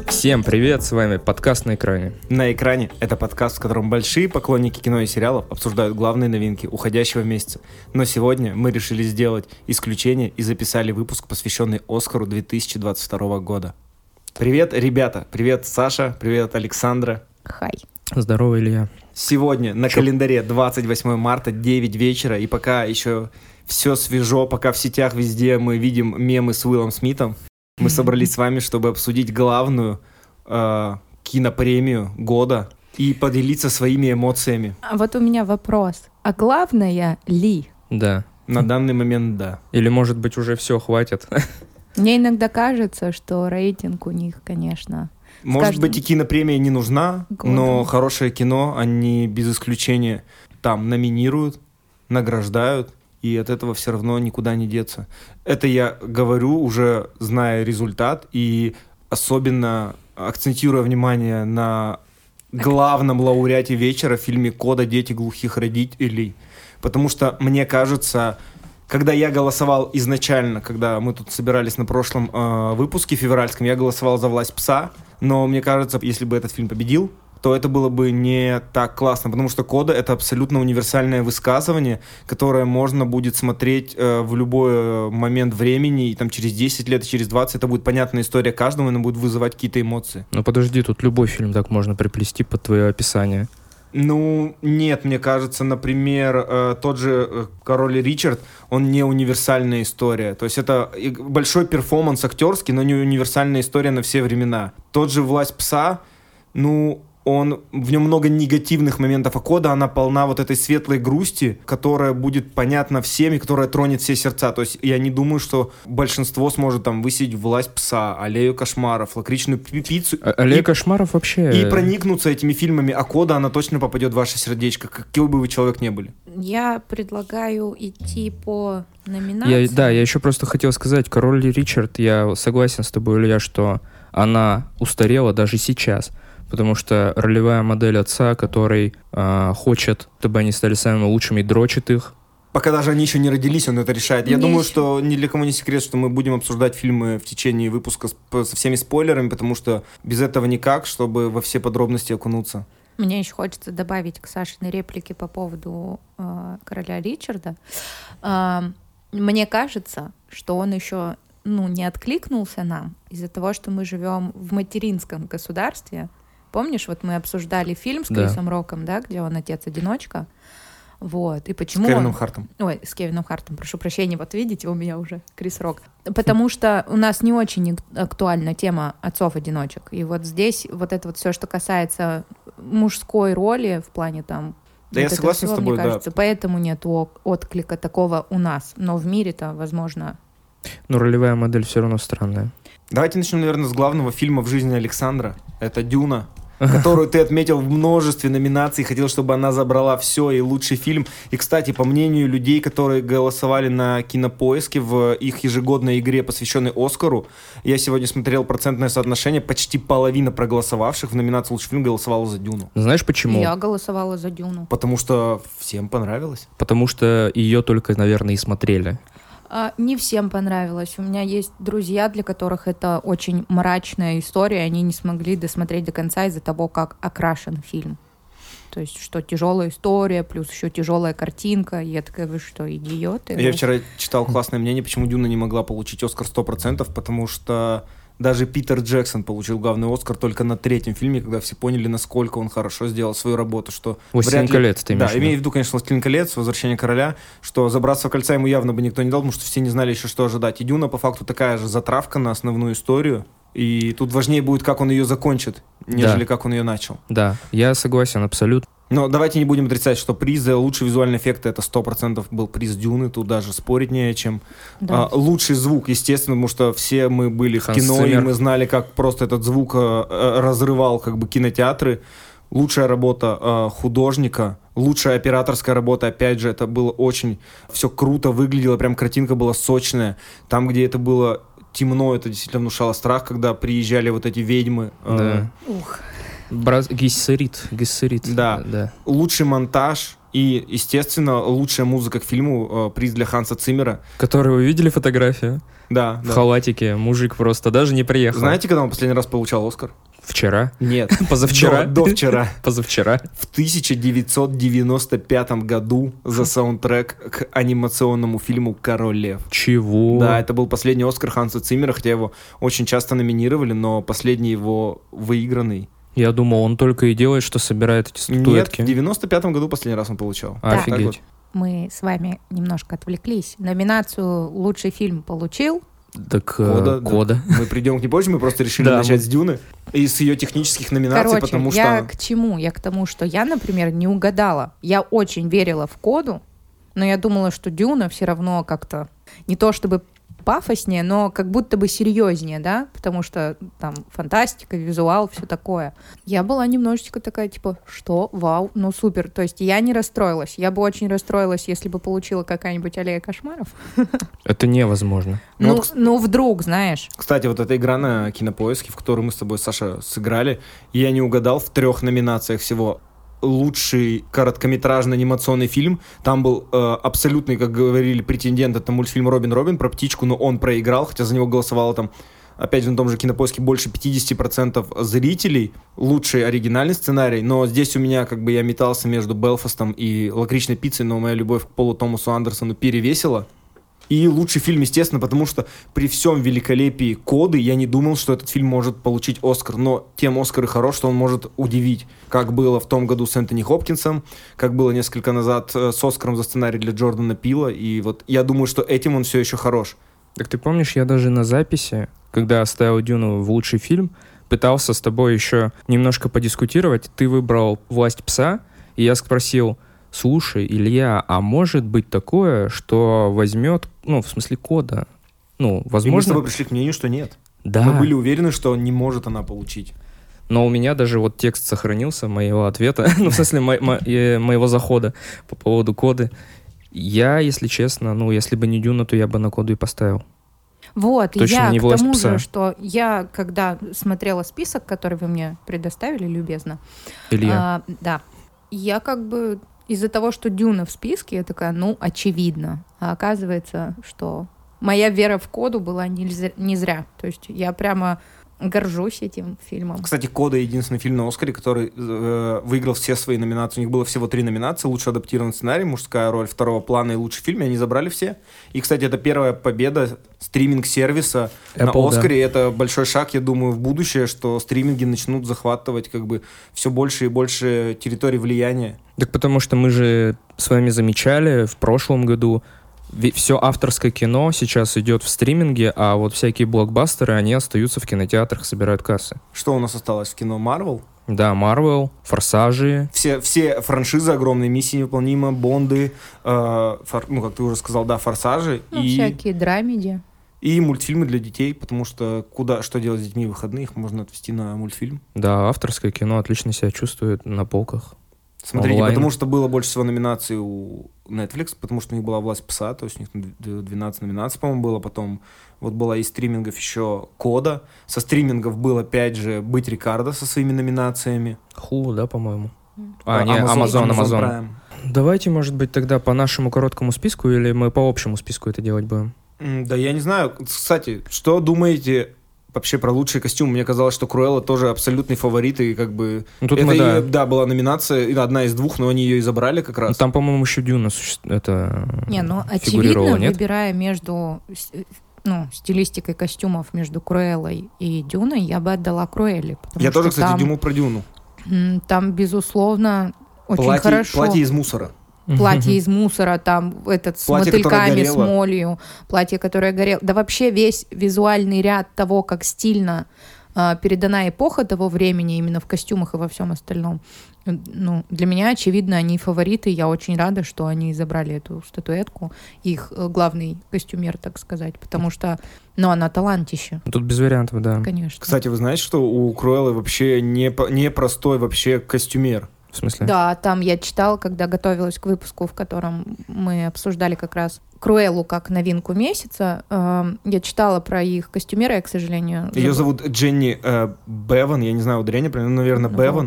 Всем привет, с вами подкаст «На экране». «На экране» — это подкаст, в котором большие поклонники кино и сериалов обсуждают главные новинки уходящего месяца. Но сегодня мы решили сделать исключение и записали выпуск, посвященный Оскару 2022 года. Привет, ребята! Привет, Саша! Привет, Александра! Хай. Здорово, Илья. Сегодня на календаре 28 марта, 9 вечера, и пока еще все свежо, пока в сетях везде мы видим мемы с Уиллом Смитом, мы собрались с вами, чтобы обсудить главную кинопремию года и поделиться своими эмоциями. А вот у меня вопрос. А главное ли? Да. На данный момент да. Или, может быть, уже все, хватит. Мне иногда кажется, что рейтинг у них, конечно... Может быть, и кинопремия не нужна, но хорошее кино они без исключения там номинируют, награждают, и от этого все равно никуда не деться. Это я говорю, уже зная результат, и особенно акцентируя внимание на главном лауреате вечера в фильме «Кода. Дети глухих родителей». Потому что, мне кажется, когда я голосовал изначально, когда мы тут собирались на прошлом выпуске февральском, я голосовал за «Власть пса», но мне кажется, если бы этот фильм победил, то это было бы не так классно, потому что «Кода» — это абсолютно универсальное высказывание, которое можно будет смотреть в любой момент времени, и там через 10 лет, через 20 это будет понятная история каждому, и она будет вызывать какие-то эмоции. Ну подожди, тут любой фильм так можно приплести под твое описание. Ну, нет, мне кажется, например, тот же «Король Ричард», он не универсальная история. То есть это большой перформанс актерский, но не универсальная история на все времена. Тот же «Власть пса», ну, в нем много негативных моментов, а «Кода», она полна вот этой светлой грусти, которая будет понятна всем и которая тронет все сердца. То есть я не думаю, что большинство сможет там высидеть «Власть пса», «Аллею кошмаров», «Лакричную пиццу». «Аллея кошмаров» вообще... И проникнуться этими фильмами, а «Кода», она точно попадет в ваше сердечко, какой бы вы человек ни были. Я предлагаю идти по номинациям. Я еще просто хотел сказать, «Король Ричард», я согласен с тобой, Илья, что она устарела даже сейчас. Потому что ролевая модель отца, который хочет, чтобы они стали самыми лучшими, и дрочит их. Пока даже они еще не родились, он это решает. Я думаю, что ни для кого не секрет, что мы будем обсуждать фильмы в течение выпуска со всеми спойлерами, потому что без этого никак, чтобы во все подробности окунуться. Мне еще хочется добавить к Сашиной реплике по поводу «Короля Ричарда». Мне кажется, что он еще не откликнулся нам из-за того, что мы живем в материнском государстве. Помнишь, вот мы обсуждали фильм с Крисом Роком, да, где он отец-одиночка. Вот. И почему с Кевином Хартом. Ой, с Кевином Хартом, прошу прощения. Вот видите, у меня уже Крис Рок. Потому что у нас не очень актуальна тема отцов-одиночек. И вот здесь вот это вот все, что касается мужской роли в плане там... Да, вот я согласен с тобой, мне кажется, поэтому нет отклика такого у нас. Но в мире-то, возможно... Но ролевая модель все равно странная. Давайте начнем, наверное, с главного фильма в жизни Александра. Это «Дюна», которую ты отметил в множестве номинаций, хотел, чтобы она забрала все, и лучший фильм. И, кстати, по мнению людей, которые голосовали на Кинопоиске в их ежегодной игре, посвященной Оскару, я сегодня смотрел процентное соотношение, почти половина проголосовавших в номинации «Лучший фильм» голосовала за «Дюну». Знаешь почему? Я голосовала за «Дюну». Потому что всем понравилось. Потому что ее только, наверное, и смотрели. Не всем понравилось. У меня есть друзья, для которых это очень мрачная история, они не смогли досмотреть до конца из-за того, как окрашен фильм. То есть, что тяжелая история, плюс еще тяжелая картинка. И я такая, вы что, идиоты? Я вчера читал классное мнение, почему «Дюна» не могла получить «Оскар» 100%, потому что даже Питер Джексон получил главный «Оскар» только на третьем фильме, когда все поняли, насколько он хорошо сделал свою работу. Что «Властелин колец» ты имеешь в виду? Да, имею в виду, конечно, «Властелин колец», «Возвращение короля», что за «Братство кольца» ему явно бы никто не дал, потому что все не знали еще, что ожидать. И «Дюна» по факту такая же затравка на основную историю, и тут важнее будет, как он ее закончит, нежели как он ее начал. Да, я согласен абсолютно. Но давайте не будем отрицать, что приз за лучший визуальный эффект это 100% был приз «Дюны», тут даже спорить не о чем. Да. Лучший звук, естественно, потому что все мы были в кино, и мы знали, как просто этот звук разрывал как бы кинотеатры. Лучшая работа художника, лучшая операторская работа, опять же, это было очень все круто выглядело, прям картинка была сочная. Там, где это было темно, это действительно внушало страх, когда приезжали вот эти ведьмы. Да. Гессерит. Да. Лучший монтаж И, естественно, лучшая музыка к фильму, приз для Ханса Циммера. Который вы видели фотографию? Да. В халатике. Мужик просто даже не приехал. Знаете, когда он последний раз получал Оскар? Вчера? Нет. Позавчера? До вчера. Позавчера. В 1995 году за саундтрек к анимационному фильму «Король лев». Чего? Да, это был последний Оскар Ханса Циммера, хотя его очень часто номинировали, но последний его выигранный. Я думал, он только и делает, что собирает эти статуэтки. Нет, в 95 году последний раз он получал. Офигеть. Мы с вами немножко отвлеклись. Номинацию «Лучший фильм» получил. Так, Кода. Кода. Мы придем к ней позже, мы просто решили начать с «Дюны» и с ее технических номинаций, Короче, потому что... я к чему? Я к тому, что я, например, не угадала. Я очень верила в Коду, но я думала, что «Дюна» все равно как-то не то чтобы пафоснее, но как будто бы серьезнее, да, потому что там фантастика, визуал, все такое. Я была немножечко такая, типа, что? Вау, ну супер. То есть я не расстроилась. Я бы очень расстроилась, если бы получила какая-нибудь «Аллея кошмаров». Это невозможно. Ну, вдруг, знаешь. Кстати, вот эта игра на Кинопоиске, в которую мы с тобой, Саша, сыграли, я не угадал в 3 номинациях всего. Лучший короткометражный анимационный фильм. Там был абсолютный, как говорили, претендент. Это мультфильм «Робин про птичку», но он проиграл, хотя за него голосовало там, опять же, на том же Кинопоиске больше 50% зрителей. Лучший оригинальный сценарий. Но здесь у меня, как бы, я метался между «Белфастом» и «Лакричной пиццей», но моя любовь к Полу Томасу Андерсону перевесила. И лучший фильм, естественно, потому что при всем великолепии Коды я не думал, что этот фильм может получить Оскар. Но тем Оскар и хорош, что он может удивить. Как было в том году с Энтони Хопкинсом, как было несколько назад с Оскаром за сценарий для Джордана Пила. И вот я думаю, что этим он все еще хорош. Так ты помнишь, я даже на записи, когда ставил «Дюну» в лучший фильм, пытался с тобой еще немножко подискутировать. Ты выбрал «Власть пса», и я спросил: слушай, Илья, а может быть такое, что возьмет, ну, в смысле Кода? Ну, возможно... И мы с тобой пришли к мнению, что нет. Да. Мы были уверены, что не может она получить. Но у меня даже вот текст сохранился моего ответа, ну, в смысле моего захода по поводу Коды. Я, если честно, ну, если бы не «Дюна», то я бы на Коду и поставил. Вот, точно я не к «Власть тому пса». же, что я, когда смотрела список, который вы мне предоставили любезно, Илья. да, я как бы из-за того, что «Дюна» в списке, я такая, ну, очевидно. А оказывается, что моя вера в Коду была не зря. То есть я прямо горжусь этим фильмом. Кстати, «Кода» — единственный фильм на Оскаре, который выиграл все свои номинации. У них было всего 3 номинации. Лучший адаптированный сценарий, мужская роль второго плана и лучший фильм. И они забрали все. И, кстати, это первая победа стриминг-сервиса на Оскаре. Да. Это большой шаг, я думаю, в будущее, что стриминги начнут захватывать как бы все больше и больше территорий влияния. Так потому что мы же с вами замечали в прошлом году, все авторское кино сейчас идет в стриминге, а вот всякие блокбастеры, они остаются в кинотеатрах, собирают кассы. Что у нас осталось в кино? Марвел? Да, Марвел, Форсажи. Все франшизы огромные, «Миссия невыполнима», Бонды, ну, как ты уже сказал, да, Форсажи. Ну, и всякие драмеди. И мультфильмы для детей, потому что что делать с детьми в выходные, их можно отвести на мультфильм. Да, авторское кино отлично себя чувствует на полках. Смотрите, онлайн. Потому что было больше всего номинаций у Netflix, потому что у них была «Власть пса», то есть у них 12 номинаций, по-моему, было. Потом вот была из стримингов еще «Кода». Со стримингов был, опять же, «Быть Рикардо» со своими номинациями. Хулу, да, по-моему? Amazon Amazon. Давайте, может быть, тогда по нашему короткому списку, или мы по общему списку это делать будем? Да я не знаю. Кстати, что думаете вообще про лучший костюм? Мне казалось, что Круэлла тоже абсолютный фаворит, и как бы... Ну, тут да, была номинация, одна из 2, но они ее и забрали как раз. Ну, там, по-моему, еще «Дюна» очевидно, нет? Выбирая между стилистикой костюмов между Круэллой и «Дюной», я бы отдала Круэлле. Я тоже, кстати, думаю про «Дюну». Там, безусловно, очень хорошо. Платье из мусора. Платье из мусора, там с платье, мотыльками, с молью, платье, которое горело. Да вообще весь визуальный ряд того, как стильно передана эпоха того времени именно в костюмах и во всем остальном. Ну, для меня, очевидно, они фавориты. Я очень рада, что они забрали эту статуэтку. Их главный костюмер, так сказать, потому что, она талантище. Тут без вариантов, да. Конечно. Кстати, вы знаете, что у Круэллы вообще не простой вообще костюмер? В смысле? Да, там я читала, когда готовилась к выпуску, в котором мы обсуждали как раз Круэллу как новинку месяца. Я читала про их костюмера, я, к сожалению... Ее зовут Дженни Беван, я не знаю ударение, наверное, Беван.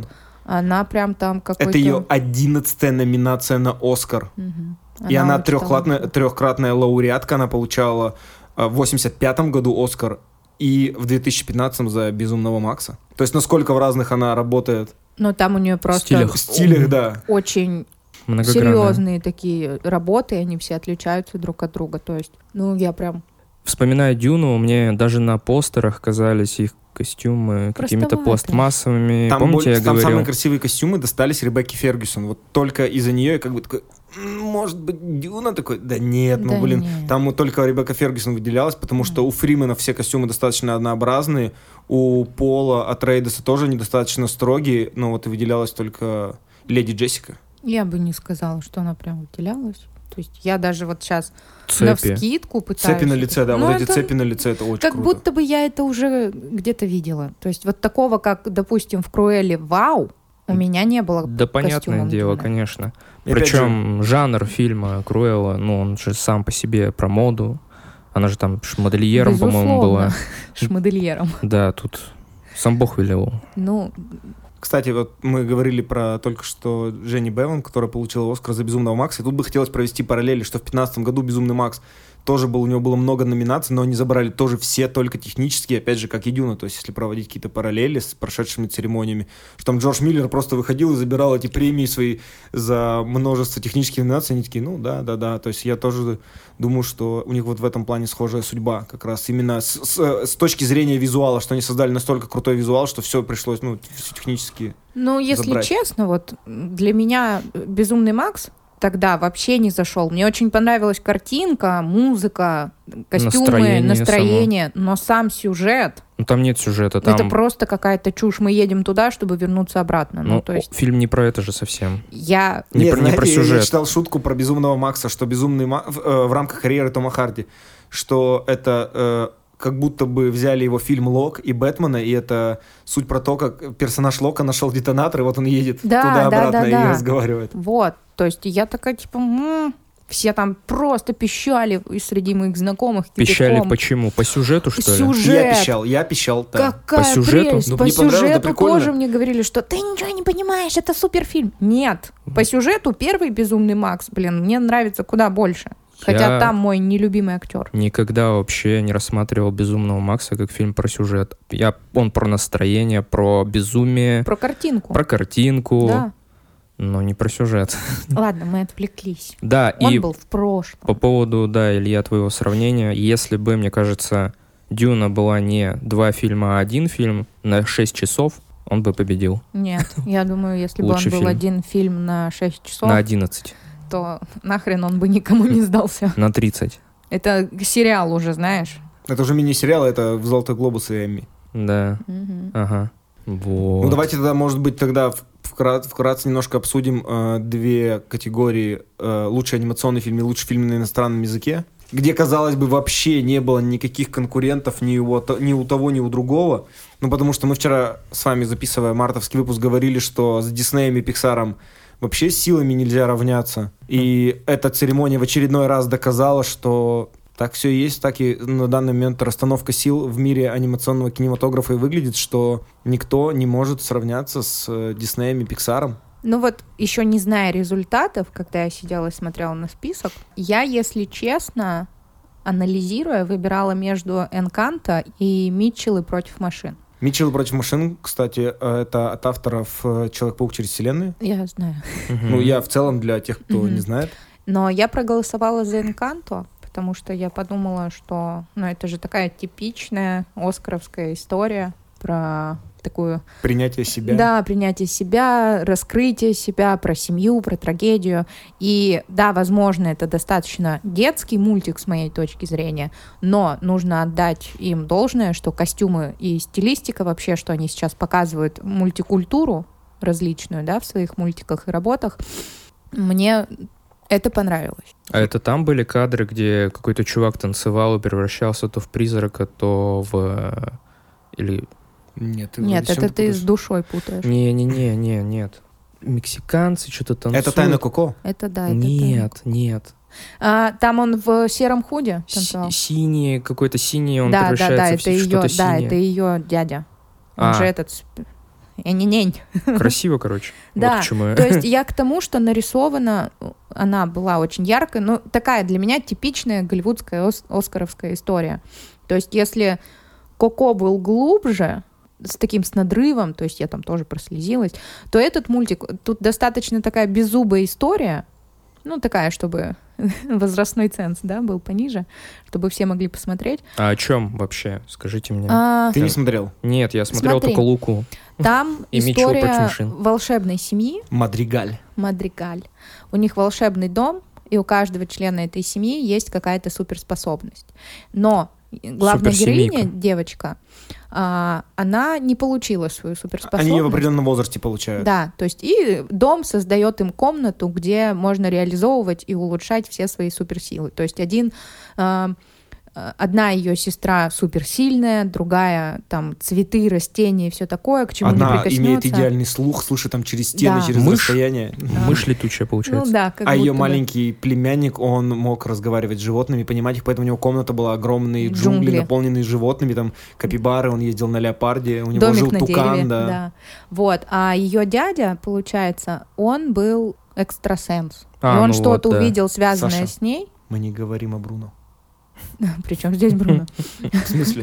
Она прям там какой-то... Это ее 11-я номинация на «Оскар». И она трехкратная лауреатка. Она получала в 85-м году «Оскар» и в 2015-м за «Безумного Макса». То есть насколько в разных она работает. Но там у нее просто... В стилях, да. Очень серьезные такие работы, они все отличаются друг от друга. То есть, я прям... Вспоминая «Дюну», мне даже на постерах казались их костюмы какими-то пластмассовыми. Помните, я говорил? Самые красивые костюмы достались Ребекке Фергюсон. Вот только из-за нее я как бы такой, может быть, Дюна такой? Да нет, нет. Там только Ребекка Фергюсон выделялась, потому что у Фримена все костюмы достаточно однообразные, у Пола Атрейдеса тоже недостаточно строгие, но вот и выделялась только Леди Джессика. Я бы не сказала, что она прям выделялась. То есть я даже вот сейчас навскидку пытаюсь... Цепи на лице, да, вот эти цепи на лице, это очень как круто. Как будто бы я это уже где-то видела. То есть вот такого, как, допустим, в «Круэлле» «Вау», у меня не было. Да, понятное дело, конечно. Причем жанр фильма «Круэлла», он же сам по себе про моду. Она же там модельером, по-моему, была. Шмодельером. Да, тут сам Бог велел. Кстати, вот мы говорили про только что Дженни Беван, которая получила «Оскар» за «Безумного Макса», и тут бы хотелось провести параллели, что в 2015 году «Безумный Макс» тоже был, у него было много номинаций, но они забрали тоже все только технические, опять же, как и «Дюна», то есть если проводить какие-то параллели с прошедшими церемониями, что там Джордж Миллер просто выходил и забирал эти премии свои за множество технических номинаций, они такие, да, то есть я тоже думаю, что у них вот в этом плане схожая судьба, как раз именно с точки зрения визуала, что они создали настолько крутой визуал, что все пришлось, все технически если забрать. Честно, вот для меня «Безумный Макс» тогда вообще не зашел. Мне очень понравилась картинка, музыка, костюмы, настроение, но сам сюжет... там нет сюжета. Там... Это просто какая-то чушь. Мы едем туда, чтобы вернуться обратно. То есть... Фильм не про это же совсем. Не про сюжет. Я читал шутку про «Безумного Макса», что «Безумный Макс» в рамках карьеры Тома Харди, что это... как будто бы взяли его фильм «Лок» и «Бэтмена», и это суть про то, как персонаж Лока нашел детонатор, и вот он едет туда-обратно и разговаривает. Вот, то есть я такая, все там просто пищали среди моих знакомых. Пищали почему? По сюжету, что ли? Сюжет. Я пищал, да. Какая по сюжету? прелесть. По сюжету тоже мне говорили, что ты ничего не понимаешь, это суперфильм. Нет, по сюжету первый «Безумный Макс», мне нравится куда больше. Хотя там мой нелюбимый актер. Никогда вообще не рассматривал «Безумного Макса» как фильм про сюжет. Он про настроение, про безумие. Про картинку. Про картинку. Да. Но не про сюжет. Ладно, мы отвлеклись. Да, он был в прошлом. По поводу, Илья, твоего сравнения, если бы, мне кажется, «Дюна» была не 2 фильма, а 1 фильм на 6 часов, он бы победил. Нет, я думаю, если бы он был один фильм на 6 часов... На 11. То нахрен он бы никому не сдался. На 30. Это сериал уже, знаешь. Это уже мини-сериал, это в «Золотой глобус» и «Эмми». Да. Ага. Вот. Давайте тогда, может быть, вкратце немножко обсудим 2 категории: лучший анимационный фильм и лучший фильм на иностранном языке, где, казалось бы, вообще не было никаких конкурентов ни у того, ни у другого. Потому что мы вчера с вами, записывая мартовский выпуск, говорили, что с Диснеем и Пиксаром вообще силами нельзя равняться. И эта церемония в очередной раз доказала, что так все и есть, так и на данный момент расстановка сил в мире анимационного кинематографа и выглядит, что никто не может сравняться с Диснеем и Пиксаром. Еще не зная результатов, когда я сидела и смотрела на список, я, если честно, анализируя, выбирала между «Энканто» и «Митчеллы против машин». «Митчелл против машин», кстати, это от авторов «Человек-паук через вселенную». Я знаю. Я в целом для тех, кто не знает. Но я проголосовала за «Энканто», потому что я подумала, что это же такая типичная оскаровская история про такую... Принятие себя. Да, принятие себя, раскрытие себя, про семью, про трагедию. И да, возможно, это достаточно детский мультик с моей точки зрения, но нужно отдать им должное, что костюмы и стилистика вообще, что они сейчас показывают, мультикультуру различную, в своих мультиках и работах, мне это понравилось. А это там были кадры, где какой-то чувак танцевал и превращался то в призрака, то в... Или... Нет, это ты с душой путаешь. Нет. Мексиканцы что-то танцуют. Это «Тайна Коко»? Это да. Нет. Там он в сером худе танцевал? Синий, какой-то синий, он превращается в что-то синее. Да, это ее дядя. Он же Красиво, короче. Да, Вот к чему я. то есть я к тому, что нарисована, она была очень яркой, но такая для меня типичная голливудская оскаровская история. То есть если Коко был глубже, с надрывом, то есть я там тоже прослезилась, то этот мультик, тут достаточно такая беззубая история, ну, такая, чтобы возрастной ценз, да, был пониже, чтобы все могли посмотреть. А о чем вообще? Скажите мне. Ты не смотрел? Нет, я смотрел Смотри. только Луку. Там И Митчелл история Патиншин. волшебной семьи, Мадригаль. Мадригаль. У них волшебный дом, и у каждого члена этой семьи есть какая-то суперспособность. Но главная Суперсемейка. героиня, девочка, она не получила свою суперспособность. Они ее в определенном возрасте получают. Да, то есть и дом создает им комнату, где можно реализовывать и улучшать все свои суперсилы. То есть одна ее сестра суперсильная, другая там цветы, растения и все такое, к чему Одна не прикоснется. имеет идеальный слух, слышит там через стены, Да. через Мышь? расстояние. Мышь летучая, получается. Ну да, как А ее будто бы. маленький племянник, он мог разговаривать с животными, понимать их, поэтому у него комната была огромные джунгли, Джунгли. наполненные животными, там капибары, он ездил на леопарде, у него Домик жил на тукан, дереве, да. Вот, а ее дядя, получается, он был экстрасенс. И А, он ну что-то вот, да. увидел, связанное Саша. с ней. Мы не говорим о Бруно. Причем здесь Бруно. В смысле?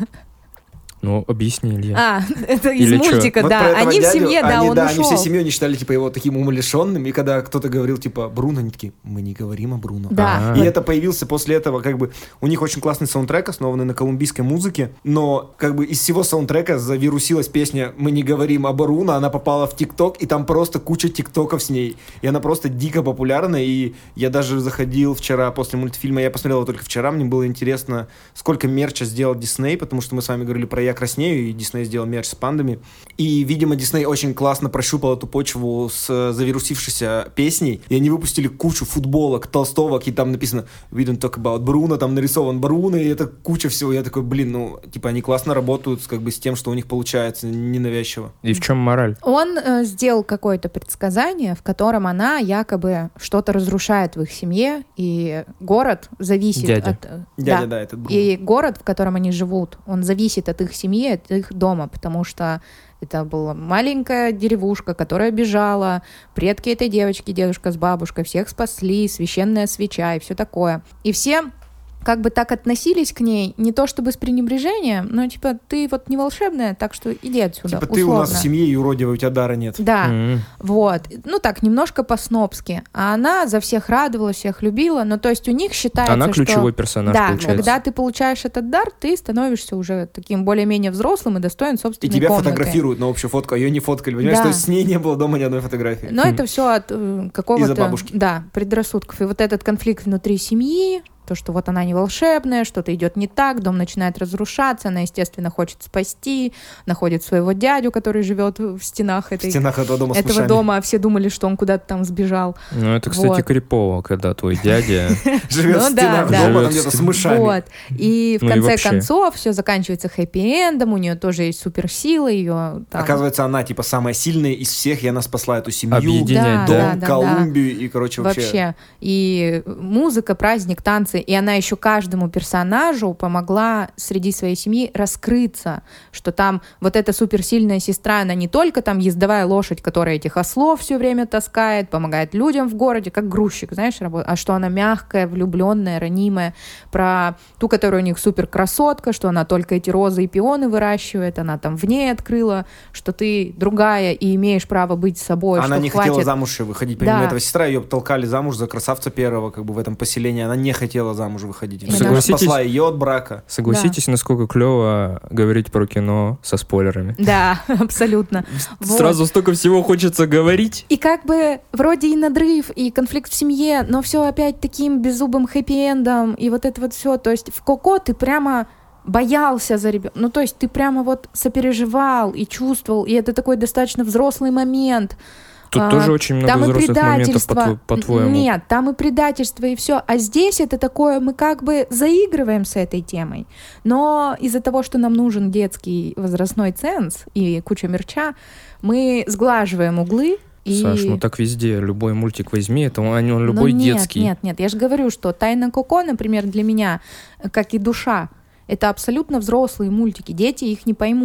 Ну, объясни, Илья. Это из Или чё? мультика, Вот про да. этого Они в дядю, семье, да, он они ушел. всей семьей не считали типа его таким умалишенным, и когда кто-то говорил типа Бруно, они такие, мы не говорим о Бруно. Да. И это появился после этого, как бы, у них очень классный саундтрек, основанный на колумбийской музыке, но, как бы, из всего саундтрека завирусилась песня «Мы не говорим о Бруно», она попала в ТикТок, и там просто куча тиктоков с ней, и она просто дико популярна, и я даже заходил вчера после мультфильма, я посмотрел его только вчера, мне было интересно, сколько мерча сделал Дисней, потому что мы с вами говорили про «Я краснею», и Дисней сделал мерч с пандами, и, видимо, Дисней очень классно прощупал эту почву с завирусившейся песней, и они выпустили кучу футболок, толстовок, и там написано «We don't talk about Bruno», там нарисован Бруно, и это куча всего. Я такой, блин, ну, типа, они классно работают как бы с тем, что у них получается, ненавязчиво. И в чем мораль? Он сделал какое-то предсказание, в котором она якобы что-то разрушает в их семье, и город зависит Дядя. от... Дядя, да, этот Бруно. И город, в котором они живут, он зависит от их семьи, от их дома, потому что это была маленькая деревушка, которая бежала, предки этой девочки, дедушка с бабушкой, всех спасли, священная свеча и все такое. И все как бы так относились к ней, не то чтобы с пренебрежением, но типа ты вот не волшебная, так что иди отсюда, Типа, ты у нас в условно. семье юродивая, у тебя дара нет. Да, М. вот. Ну так, немножко по-снобски. А она за всех радовалась, всех любила. Ну то есть у них считается, Она ключевой что... персонаж, Да, получается. когда ты получаешь этот дар, ты становишься уже таким более-менее взрослым и достоин И собственной тебя комнаты. фотографируют на общую фотку, а ее не фоткали. Понимаешь, Да. то есть с ней не было дома ни одной фотографии. Но это все от какого-то... Из-за бабушки. Да, предрассудков. И вот этот конфликт внутри семьи, то, что вот она не волшебная, что-то идет не так, дом начинает разрушаться, она, естественно, хочет спасти, находит своего дядю, который живет в стенах В этой... стенах этого дома с этого мышами. дома, а все думали, что он куда-то там сбежал. Ну, это, кстати, Вот. крипово, когда твой дядя... Живет Ну в да, стенах да. дома, там Живет где-то в с стен- мышами. Вот. И в Ну и конце вообще. концов все заканчивается хэппи-эндом, у нее тоже есть суперсила, ее там... Оказывается, она типа самая сильная из всех, и она спасла эту семью, Объединять, дом, да. Да, да, Колумбию, и, короче, Вообще. И музыка, праздник, танцы. И она еще каждому персонажу помогла среди своей семьи раскрыться, что там вот эта суперсильная сестра, она не только там ездовая лошадь, которая этих ослов все время таскает, помогает людям в городе, как грузчик, знаешь, работает, а что она мягкая, влюбленная, ранимая. Про ту, которая у них суперкрасотка, что она только эти розы и пионы выращивает, она там в ней открыла, что ты другая и имеешь право быть собой, Она что не хватит... хотела замуж выходить. Помимо Да. этого, сестра ее толкали замуж за красавца первого, как бы в этом поселении. Она не хотела замуж выходить. Именно. Она Согласитесь? спасла ее от брака. Согласитесь, насколько клево говорить про кино со спойлерами? Да, абсолютно. Вот. Сразу столько всего хочется говорить. И как бы вроде и надрыв, и конфликт в семье, но все опять таким беззубым хэппи-эндом, и вот это вот все. То есть в Коко ты прямо боялся за ребенка. Ну, то есть ты прямо вот сопереживал и чувствовал, и это такой достаточно взрослый момент. Тут тоже очень много Там и взрослых моментов, предательство. по-твоему. Нет, там и предательство, и все. А здесь это такое, мы как бы заигрываем с этой темой. Но из-за того, что нам нужен детский возрастной ценз и куча мерча, мы сглаживаем углы. И... Саш, ну так везде, любой мультик возьми, это он любой Ну, нет, детский. Нет, я же говорю, что «Тайна Коко», например, для меня, как и «Душа», это абсолютно взрослые мультики, дети их не поймут.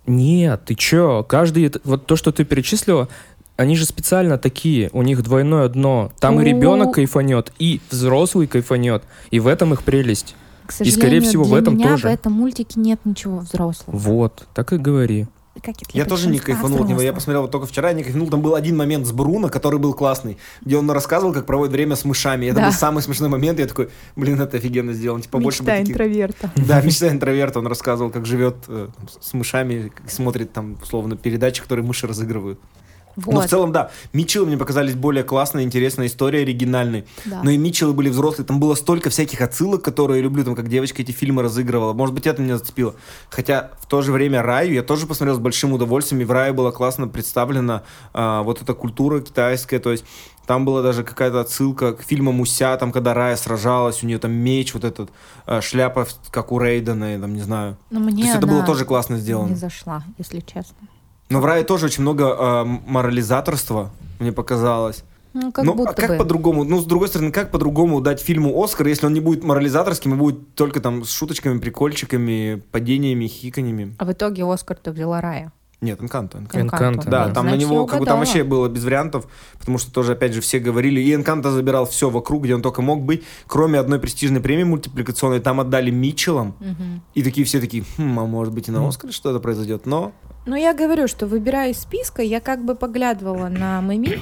Нет, ты чё? Каждый... Вот то, что ты перечислила, они же специально такие. У них двойное дно. Там и ребенок кайфанет, и взрослый кайфанет. И в этом их прелесть. К сожалению, и, скорее всего, для в этом меня тоже. в этом мультике нет ничего взрослого. Вот, так и говори. Я тоже не кайфанул от него. Я посмотрел вот только вчера, я не кайфанул. Там был один момент с Бруно, который был классный, где он рассказывал, как проводит время с мышами. Это был самый смешной момент. Я такой, блин, это офигенно сделано. Типа, больше бы таких... интроверта. Да, мечта интроверта. Он рассказывал, как живет с мышами, смотрит там, условно, передачи, которые мыши разыгрывают. Вот. Но в целом, да, Митчеллы мне показались более классной, интересной историей, оригинальной. Да. Но и Митчеллы были взрослые. Там было столько всяких отсылок, которые я люблю, там, как девочка эти фильмы разыгрывала. Может быть, это меня зацепило. Хотя в то же время Раю я тоже посмотрел с большим удовольствием. И в Рае была классно представлена вот эта культура китайская. То есть там была даже какая-то отсылка к фильму «Муся», там, когда Рая сражалась, у нее там меч, вот этот, шляпа, как у Рейдена, там, не знаю. Но мне То есть это было тоже классно сделано. не зашла, если честно. Но в Рае тоже очень много морализаторства, мне показалось. Ну, как ну, будто а как бы. по-другому? Ну, с другой стороны, как по-другому дать фильму «Оскар», если он не будет морализаторским, и будет только там с шуточками, прикольчиками, падениями, хиканьями? А в итоге Оскар-то взяла Рая. Нет, «Энканто». «Энканто», Да, да. там Значит, на него, я как бы, там угадала. вообще было без вариантов, потому что тоже, опять же, все говорили, и «Энканто» забирал все вокруг, где он только мог быть, кроме одной престижной премии мультипликационной, там отдали Митчеллам, и такие все такие, а может быть и на «Оскаре что-то произойдет», но... Ну, я говорю, что выбирая из списка, я как бы поглядывала на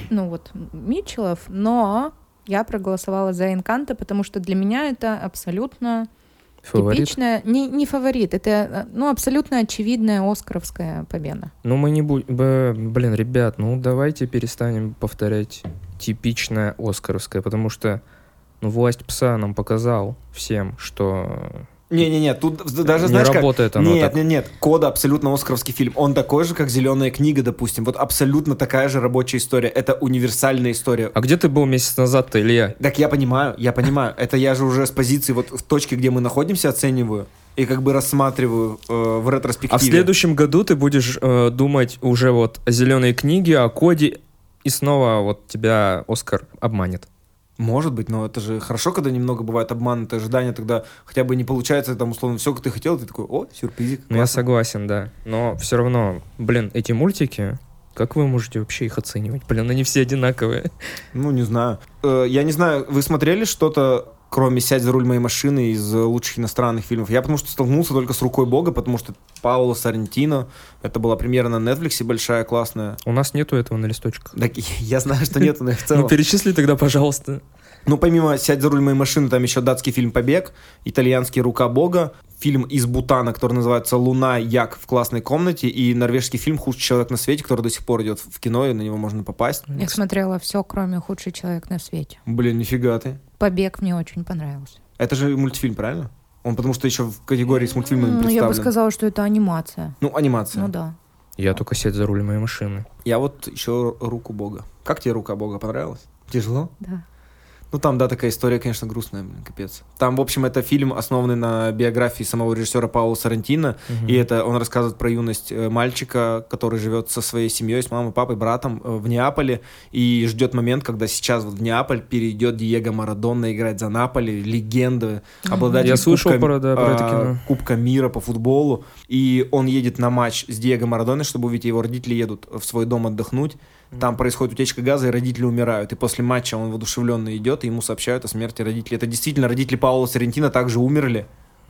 Митчеллов, но я проголосовала за «Энканто», потому что для меня это абсолютно Фаворит? типичная, не фаворит, это абсолютно очевидная оскаровская победа. Ну, мы не будем... Блин, ребят, ну давайте перестанем повторять типичное оскаровское, потому что «Власть пса» нам показал всем, что... Не-не-не, тут даже, Не знаешь, как... работает оно так. Нет, «Кода» абсолютно оскаровский фильм. Он такой же, как «Зеленая книга», допустим. Вот абсолютно такая же рабочая история. Это универсальная история. А где ты был месяц назад-то, Илья? Так я понимаю. Это я же уже с позиции вот в точке, где мы находимся, оцениваю и как бы рассматриваю в ретроспективе. А в следующем году ты будешь думать уже вот о «Зеленой книге», о «Коде», и снова вот тебя Оскар обманет. Может быть, но это же хорошо, когда немного бывает обманутые ожидания, тогда хотя бы не получается, там, условно, все, как ты хотел, ты такой, о, сюрпризик. Ну, я классно. согласен, да. Но все равно, блин, эти мультики, как вы можете вообще их оценивать? Блин, они все одинаковые. Ну, не знаю. Я не знаю, вы смотрели что-то, кроме «Сядь за руль моей машины» из лучших иностранных фильмов? Я потому что столкнулся только с «Рукой Бога», потому что Паоло Соррентино, это была премьера на Netflix, большая, классная. У нас нету этого на листочках. Так, я знаю, что нет, но в целом. Ну, перечисли тогда, пожалуйста. Ну, помимо «Сядь за руль моей машины», там еще датский фильм «Побег», итальянский «Рука Бога», фильм из Бутана, который называется «Луна. Як в классной комнате», и норвежский фильм «Худший человек на свете», который до сих пор идет в кино, и на него можно попасть. Я смотрела все, кроме «Худший человек на свете». Блин, нифига ты. «Побег» мне очень понравился. Это же мультфильм, правильно? Он потому что еще в категории с мультфильмами представлен. Я бы сказала, что это анимация. Ну, анимация. Ну да. Я только «Сядь за руль моей машины». Я вот еще «Руку Бога». Как тебе «Рука Бога» понравилась? Тяжело? Да. Ну, там, да, такая история, конечно, грустная, блин, капец. Там, в общем, это фильм, основанный на биографии самого режиссера Паоло Соррентино, и это он рассказывает про юность мальчика, который живет со своей семьей, с мамой, папой, братом в Неаполе, и ждет момент, когда сейчас вот в Неаполь перейдет Диего Марадона играть за Наполи, легенда, обладатель Я слышал про это кино. Кубка мира по футболу, и он едет на матч с Диего Марадоной, чтобы увидеть, его родители едут в свой дом отдохнуть. Там происходит утечка газа, и родители умирают. И после матча он воодушевленно идет, и ему сообщают о смерти родителей. Это действительно родители Паоло Соррентино также умерли.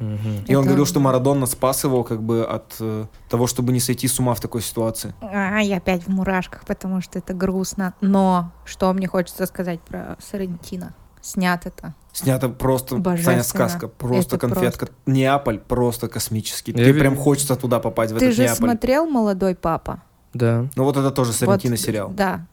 И он говорил, что Марадона спас его как бы от того, чтобы не сойти с ума в такой ситуации. Я опять в мурашках, потому что это грустно. Но что мне хочется сказать про Соррентино? Снято просто, Саня, сказка, просто Это конфетка. просто. Неаполь просто космический. Я Тебе видел. прям хочется туда попасть, в Ты этот же Неаполь. смотрел «Молодой папа»? Да. Ну вот это тоже Соррентино Вот, сериал. Да.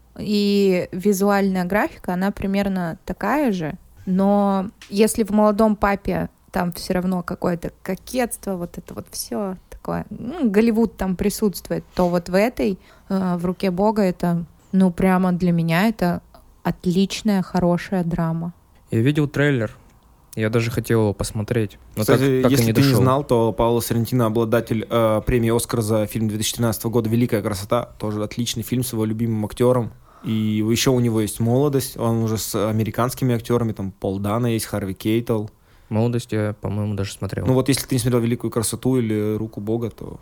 И визуальная графика, она примерно такая же. Но если в «Молодом папе» там все равно какое-то кокетство, вот это вот все такое, Голливуд там присутствует, то вот в этой, в «Руке Бога» это, прямо для меня это отличная, хорошая драма. Я видел трейлер. Я даже хотел его посмотреть. Но Кстати, так и если не ты не дошел. знал, то Паоло Соррентино обладатель премии «Оскар» за фильм 2013 года «Великая красота». Тоже отличный фильм с его любимым актером. И еще у него есть «Молодость». Он уже с американскими актерами. Там Пол Дано есть, Харви Кейтл. «Молодость» я, по-моему, даже смотрел. Ну вот если ты не смотрел «Великую красоту» или «Руку Бога», то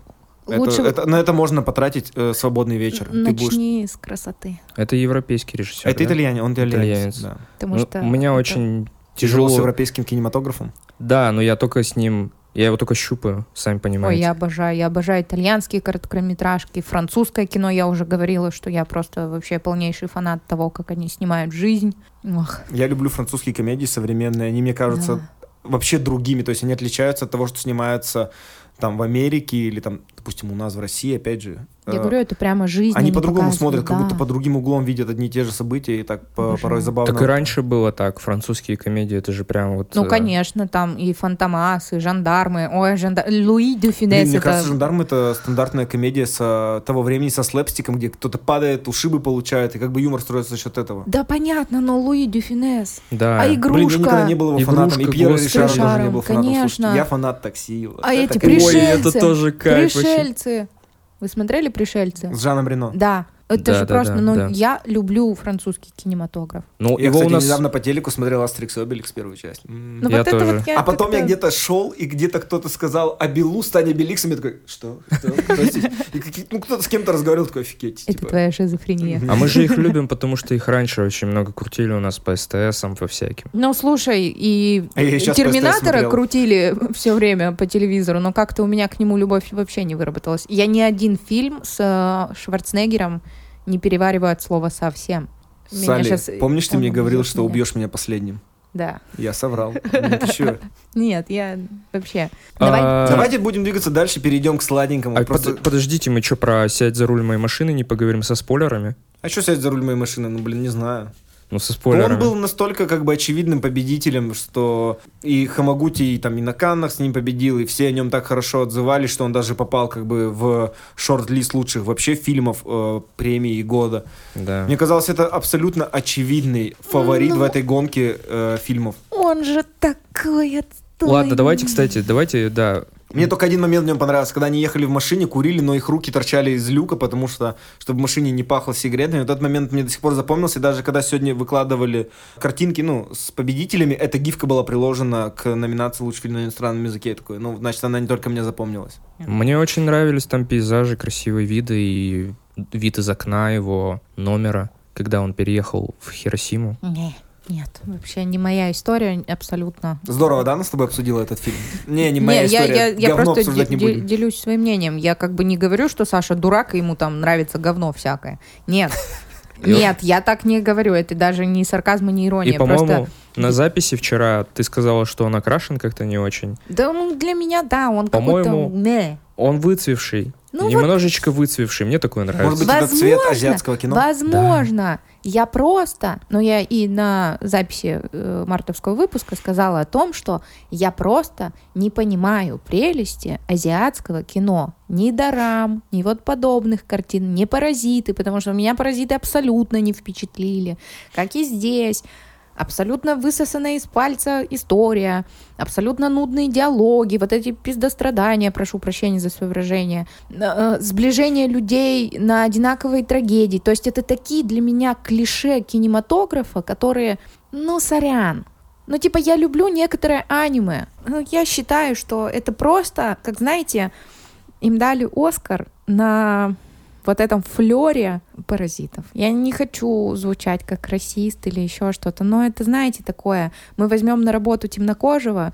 Лучше На это можно потратить свободный вечер. начни с красоты. Это европейский режиссер. Это итальянец, он итальянец. Итальянец. Да. Потому Ну, что у меня это- очень Тяжело с тяжело. европейским кинематографом. Да, но я только с ним... Я его только щупаю, сами Ой, понимаете. я обожаю итальянские короткометражки, французское кино. Я уже говорила, что я просто вообще полнейший фанат того, как они снимают жизнь. Ох, Я люблю французские комедии современные. Они мне кажутся да. вообще другими. То есть они отличаются от того, что снимается там в Америке или там, допустим, у нас в России, опять же. Я говорю, это прямо жизнь. Они по-другому смотрят, показывают, как будто да. под другим углом видят одни и те же события, и так Обожаю. порой забавно. Так и раньше было так. Французские комедии, это же прям вот... Ну, конечно, там и Фантомас, и Жандармы. Ой, Луи де Фюнес. Блин, мне это- кажется, «Жандарм» — это стандартная комедия с того времени, со слэпстиком, где кто-то падает, ушибы получает, и как бы юмор строится за счет этого. Да, понятно, но Луи де Фюнес. Да. А Блин, я никогда игрушка. не был его Игрушка, фанатом, и Пьера господи. Ришара тоже не был С фанатом. Ришаром, Слушайте, конечно. я фанат «Такси». Вот А это эти комедия. Ой, это пришельцы. тоже кайф вообще. Пришельцы. Вы смотрели «Пришельцы»? С Жаном Рено. Да. Это Да, же да, просто, да, ну, да. я люблю французский кинематограф. Ну, Я, его кстати, у нас... недавно по телеку смотрел «Астерикс и Обеликс» первую часть. Ну, Я вот это тоже. вот я А потом я как-то- где-то шел, и где-то кто-то сказал «Абилу, стань Обеликсом». Я такой, что? Кто здесь? И ну, кто-то с кем-то разговаривал, такой, офигеть. Это типа. твоя шизофрения. А мы же их любим, потому что их раньше очень много крутили у нас по СТСам, по всяким. Ну, слушай, и А я щас «Терминатора» просто смотрел. крутили все время по телевизору, но как-то у меня к нему любовь вообще не выработалась. Я ни один фильм с Шварценеггером не перевариваю от слова совсем. Меня Салли, щас помнишь, ты он мне говорил, убьет что меня. убьешь меня последним? Да. Я соврал. Ну, ты чё? Нет, я вообще... А, Давайте будем двигаться дальше, перейдем к сладенькому. А Просто- подождите, мы что, про «Сядь за руль моей машины» не поговорим со спойлерами? А что сядь за руль моей машины? Ну, блин, не знаю. Ну, со спойлерами. Он был настолько как бы очевидным победителем, что и Хамагути и там и на Каннах с ним победил, и все о нем так хорошо отзывались, что он даже попал как бы в шорт-лист лучших вообще фильмов премии года. Да. Мне казалось, это абсолютно очевидный фаворит в этой гонке фильмов. Он же такой отстойный. Ладно, давайте, да. Мне только один момент в нем понравился, когда они ехали в машине, курили, но их руки торчали из люка, потому что, чтобы в машине не пахло сигаретами. Вот этот момент мне до сих пор запомнился, и даже когда сегодня выкладывали картинки, ну, с победителями, эта гифка была приложена к номинации «Лучший фильм на иностранном языке». Я такой, ну, значит, она не только мне запомнилась. Мне очень нравились там пейзажи, красивые виды и вид из окна его номера, когда он переехал в Хиросиму. Нет, вообще не моя история абсолютно. Здорово, да, она с тобой обсудила этот фильм? Не моя история. Я Говно просто обсуждать не будем. делюсь своим мнением. Я как бы не говорю, что Саша дурак, и ему там нравится говно всякое. Нет. Нет, я так не говорю. Это даже не сарказм и не ирония. И, по-моему, Просто... на записи вчера ты сказала, что он окрашен как-то не очень. Да, ну, для меня, да, он По-моему, какой-то... Не. Он выцвевший. Ну вот- немножечко выцвевший. Мне такое нравится. Может быть, это цвет азиатского кино? Возможно. Я просто, но я и на записи мартовского выпуска сказала о том, что я просто не понимаю прелести азиатского кино. Ни «Дорам», ни вот подобных картин, ни «Паразиты», потому что меня «Паразиты» абсолютно не впечатлили. Как и здесь. Абсолютно высосанная из пальца история, абсолютно нудные диалоги, вот эти пиздострадания, прошу прощения за свое выражение, сближение людей на одинаковые трагедии. То есть это такие для меня клише кинематографа, которые, ну, сорян. Ну, типа, я люблю некоторые аниме. Ну, я считаю, что это просто, как знаете, им дали Оскар на вот этом флёре «Паразитов». Я не хочу звучать как расист или еще что-то, но это, знаете, такое. Мы возьмем на работу темнокожего,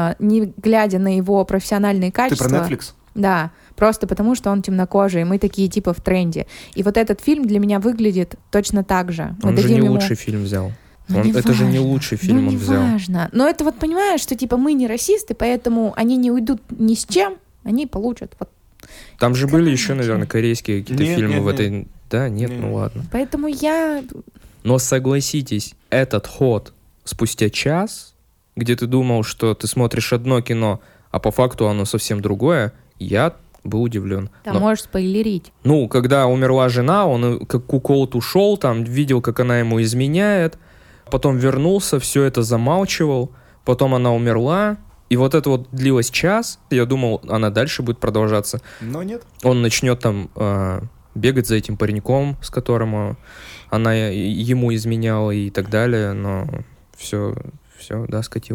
не глядя на его профессиональные Ты качества. про Netflix? Да, просто потому что он темнокожий, и мы такие типа в тренде. И вот этот фильм для меня выглядит точно так же. Мы Он же дадим не ему- лучший фильм взял. Ну, Это же не неважно. лучший фильм Ну, он взял. неважно. Но это вот понимаешь, что типа мы не расисты, поэтому они не уйдут ни с чем, они получат вот. Там же были Короче. еще, наверное, корейские какие-то Нет, фильмы нет, в этой... Да, нет, Нет. ну ладно. Поэтому я... Но согласитесь, этот ход спустя час, где ты думал, что ты смотришь одно кино, а по факту оно совсем другое, я был удивлен. Там можешь спойлерить. Ну, когда умерла жена, он как куколд ушел, там видел, как она ему изменяет, потом вернулся, все это замалчивал, потом она умерла, и вот это вот длилось час, я думал, она дальше будет продолжаться. Но нет. Он начнет там бегать за этим пареньком, с которым она ему изменяла и так далее, но все, да, скатилось.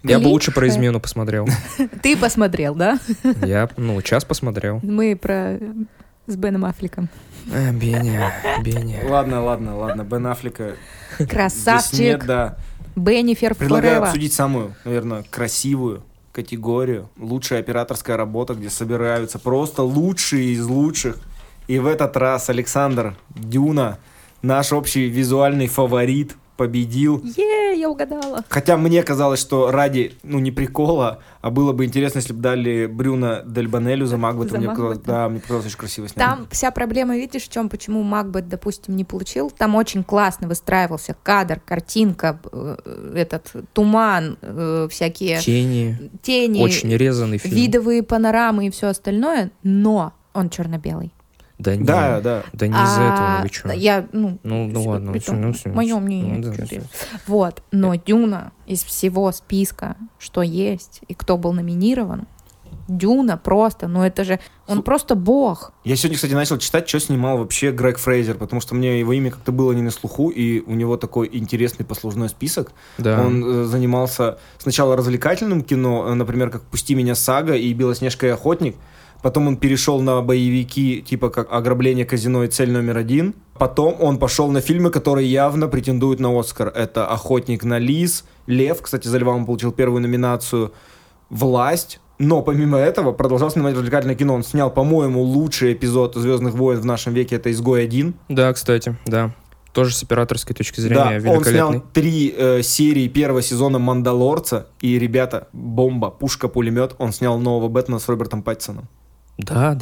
Я бы лучше про измену посмотрел. Ты посмотрел, да? Я, час посмотрел. Мы с Беном Аффлеком. Беня. Ладно. Бен Аффлека Красавчик. здесь нет, да. Беннифер Предлагаю Форева. обсудить самую, наверное, красивую категорию. Лучшая операторская работа, где собираются просто лучшие из лучших. И в этот раз Александр Дюна, наш общий визуальный фаворит, победил. Я угадала. Хотя мне казалось, что ради, не прикола, а было бы интересно, если бы дали Брюно Дель Бонелю за Макбета. Мне показалось очень красиво снято. Там вся проблема, видишь, в чем, почему Макбет, допустим, не получил. Там очень классно выстраивался кадр, картинка, этот туман, всякие тени, очень резанный фильм. видовые панорамы и все остальное, но он черно-белый. Да не из-за этого, вы что? Ладно. Мое мнение. Вот, но Дюна из всего списка, что есть и кто был номинирован, Дюна просто, это же, он просто бог. Я сегодня, кстати, начал читать, что снимал вообще Грег Фрейзер, потому что мне его имя как-то было не на слуху, и у него такой интересный послужной список. Да. Он занимался сначала развлекательным кино, например, как «Пусти меня, Сага» и «Белоснежка и охотник». Потом он перешел на боевики, типа как «Ограбление казино» и «Цель номер один». Потом он пошел на фильмы, которые явно претендуют на Оскар. Это «Охотник на лис», «Лев», кстати, за «Льва» он получил первую номинацию, «Власть». Но помимо этого продолжал снимать развлекательное кино. Он снял, по-моему, лучший эпизод «Звездных войн» в нашем веке. Это «Изгой-1». Да, кстати, да. Тоже с операторской точки зрения великолепный. Он снял 3 серии первого сезона «Мандалорца». И, ребята, бомба, пушка, пулемет. Он снял нового Бэтмена с Робертом Паттинсоном. Да.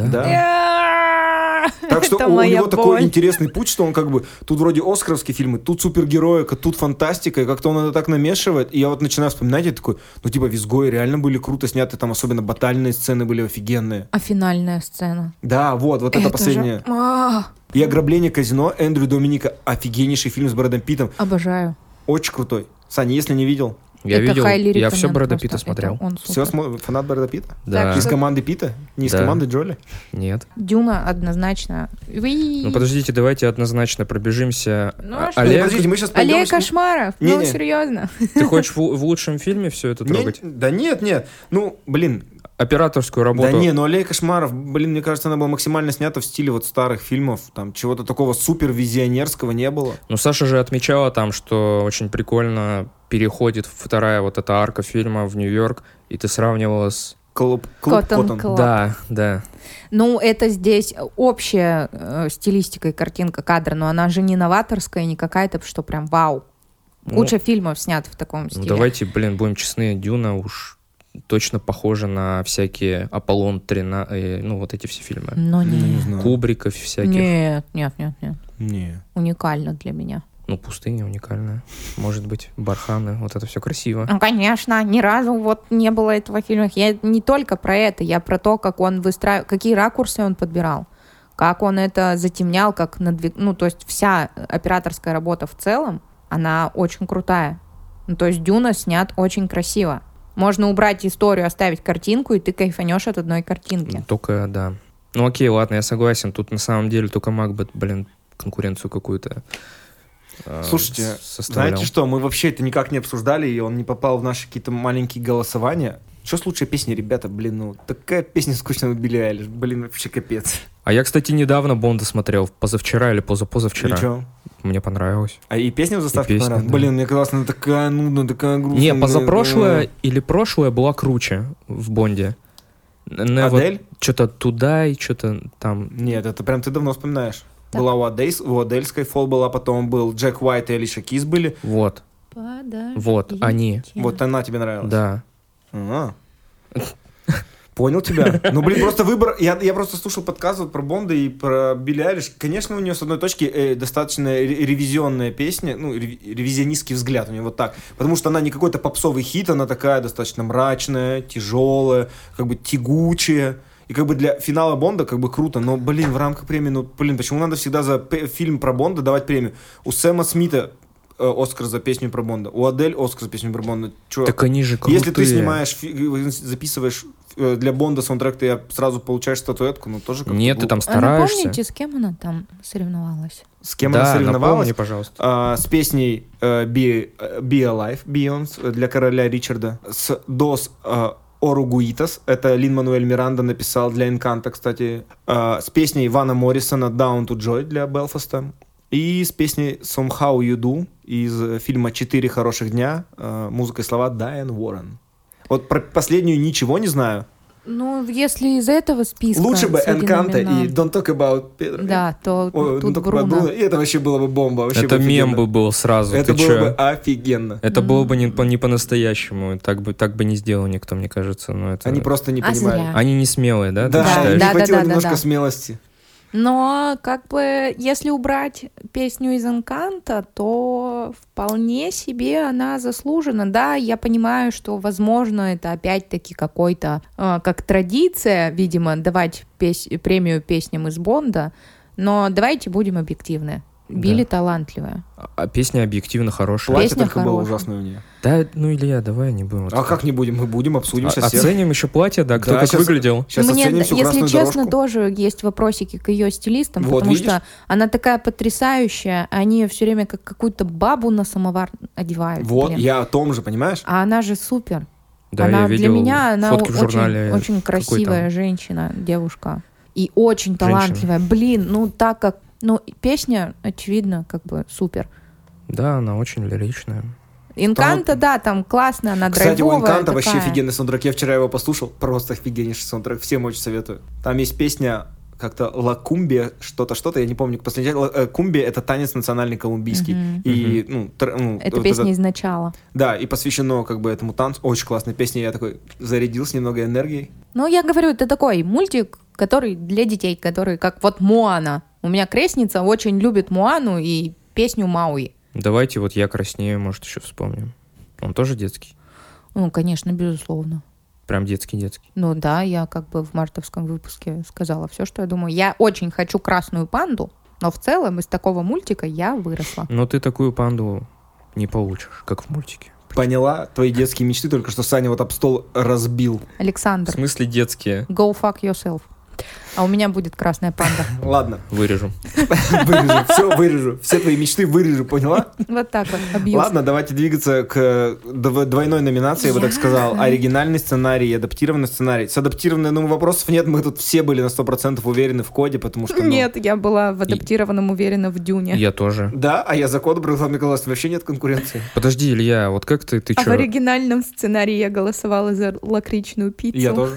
Так что у него такой интересный путь, что он тут вроде оскаровские фильмы, тут супергероика, тут фантастика, и как-то он это так намешивает. И я начинаю вспоминать, и такой, в «Изгое» реально были круто сняты, там особенно батальные сцены были офигенные. А финальная сцена? Да, вот это последняя. И «Ограбление казино» Эндрю Доминика, офигеннейший фильм с Брэдом Питтом. Обожаю. Очень крутой. Саня, если не видел... Я видел, я все Брэда Питта смотрел. Все, фанат Брэда Питта? Да. Из команды Питта? Не из команды Джоли? Нет. Дюна однозначно. Подождите, давайте однозначно пробежимся. Подождите, мы сейчас пойдем... Олег Кошмаров, серьезно. Ты хочешь в лучшем фильме все это трогать? Да нет. Операторскую работу. Да Олег Кошмаров, мне кажется, она была максимально снята в стиле старых фильмов. Там чего-то такого супер визионерского не было. Саша же отмечала там, что очень прикольно переходит вторая эта арка фильма в Нью-Йорк, и ты сравнивала с... Клуб Коттон. Да. Это здесь общая стилистика и картинка кадра, но она же не новаторская, не какая-то, что прям вау. Куча фильмов снят в таком стиле. Давайте, будем честны, Дюна уж точно похожа на всякие Аполлон 13, эти все фильмы. Но нет. Кубриков всяких. Нет. Уникально для меня. Пустыня уникальная. Может быть, барханы. Это все красиво. Конечно, ни разу не было этого фильма. Я не только про это, я про то, как он выстраивал, какие ракурсы он подбирал, как он это затемнял, как то есть вся операторская работа в целом, она очень крутая. То есть Дюна снят очень красиво. Можно убрать историю, оставить картинку, и ты кайфанешь от одной картинки. Только, да. Окей, ладно, я согласен. Тут на самом деле только Макбет, конкуренцию какую-то Слушайте, знаете что, мы вообще это никак не обсуждали, и он не попал в наши какие-то маленькие голосования. Что с лучшей песней, ребята? Такая песня скучная у Билли Айлиш. Вообще капец. А я, кстати, недавно Бонда смотрел, позавчера или позавчера. И что? Мне понравилось. А и песня в заставке понравилась? Да. Мне казалось, она такая нудная, такая грустная. Не, позапрошлая или прошлая была круче в Бонде. Адель? Что-то туда и что-то там... Нет, это прям ты давно вспоминаешь. Да. Была у Адель Skyfall была, потом был Джек Уайт и Алиша Кис были. Вот. Они. Вот она тебе нравилась? Да. Понял тебя. Просто выбор... Я просто слушал подкаст про Бонда и про Билли Айлиш. Конечно, у нее с одной точки достаточно ревизионная песня, ревизионистский взгляд у нее вот так. Потому что она не какой-то попсовый хит, она такая достаточно мрачная, тяжелая, тягучая. И для финала Бонда круто, но, в рамках премии, почему надо всегда за фильм про Бонда давать премию? У Сэма Смита Оскар за песню про Бонда. У Адель Оскар за песню про Бонда. Чё? Так они же крутые. Если ты снимаешь, записываешь для Бонда саундтрек, ты сразу получаешь статуэтку, ну тоже как-то Нет, ты глупо. там стараешься. Напомните, с кем она там соревновалась? С кем Да, она соревновалась? напомни, пожалуйста. С песней Be Alive, Beyoncé, для короля Ричарда. С Dos Oruguitas, это Лин-Мануэль Миранда написал для Энканта, кстати. С песней Вана Моррисона Down to Joy для Белфаста. И с песней Somehow You Do из фильма «Четыре хороших дня», музыка и слова Дайан Уоррен. Вот про последнюю ничего не знаю. Ну, если из этого списка... Лучше бы среди Энканта и номинантов- Don't Talk About Pedro. Да, то Ой, тут Don't Talk About Бруно. Bruno. И это вообще было бы бомба. Вообще Это бы мем офигенно. бы был сразу. Это ты было чё? бы офигенно. Это было бы не по-настоящему. Так бы не сделал никто, мне кажется. Но это... Они просто не А понимали. зря. Они не смелые, да? ты Да, считаешь? не Да, хватило да, немножко да. смелости. Но, как бы, если убрать песню из Энканта, то вполне себе она заслужена. Да, я понимаю, что, возможно, это опять-таки какой-то, как традиция, видимо, давать премию песням из Бонда, но давайте будем объективны. Билли талантливая. А песня объективно хорошая. Платье Песня только было хорошая. ужасное у нее. Да, ну, Илья, давай не будем. А как не будем? Мы будем, обсудим сейчас. Оценим еще платье, да, кто Да, как щас- выглядел. Сейчас Мне, оценим всю если красную честно, дорожку. тоже есть вопросики к ее стилистам, Вот, потому видишь? что она такая потрясающая, они ее все время как какую-то бабу на самовар одевают. Вот, блин. я о том же, понимаешь? А она же супер. Да, она я видел для меня она фотки в журнале. очень какой красивая там. женщина, девушка. И очень Женщина. талантливая. Блин, ну так как... Ну, песня, очевидно, как бы супер. Да, она очень лиричная. Инканта, да, там классно, она Кстати, у драйвовая Энканта вообще такая. офигенный саундтрек. Я вчера его послушал. Просто офигеннейший саундтрек. Всем очень советую. Там есть песня как-то «Ла Кумбия», что-то, я не помню. Кумбия — это танец национальный колумбийский. Мгм. И, Это вот песня из начала. Да, и посвящено как бы этому танцу. Очень классная песня. Я такой зарядился немного энергией. Ну, я говорю, это такой мультик, который для детей, который как вот Моана. У меня крестница очень любит Моану и песню Мауи. Давайте вот «Я краснею», может, еще вспомним. Он тоже детский? Ну, конечно, безусловно. Прям детский-детский. Ну да, я как бы в мартовском выпуске сказала все, что я думаю. Я очень хочу красную панду, но в целом из такого мультика я выросла. Но ты такую панду не получишь, как в мультике. Поняла твои детские мечты, только что Саня вот об стол разбил. В Александр, смысле детские? go fuck yourself. А у меня будет красная панда. Ладно, Вырежу. вырежу, все вырежу. Все твои мечты вырежу, поняла? Вот так вот, абьюз. Ладно, давайте двигаться к двойной номинации, я бы так сказал. Оригинальный сценарий и адаптированный сценарий. С адаптированным, ну, вопросов нет, мы тут все были на 100% уверены в коде, потому что... ну, Нет, я была в адаптированном уверена в Дюне. Я тоже. Да, а я за код брал, мне казалось, вообще нет конкуренции. Подожди, Илья, вот как ты А в чё? оригинальном сценарии я голосовала за лакричную пиццу. Я тоже.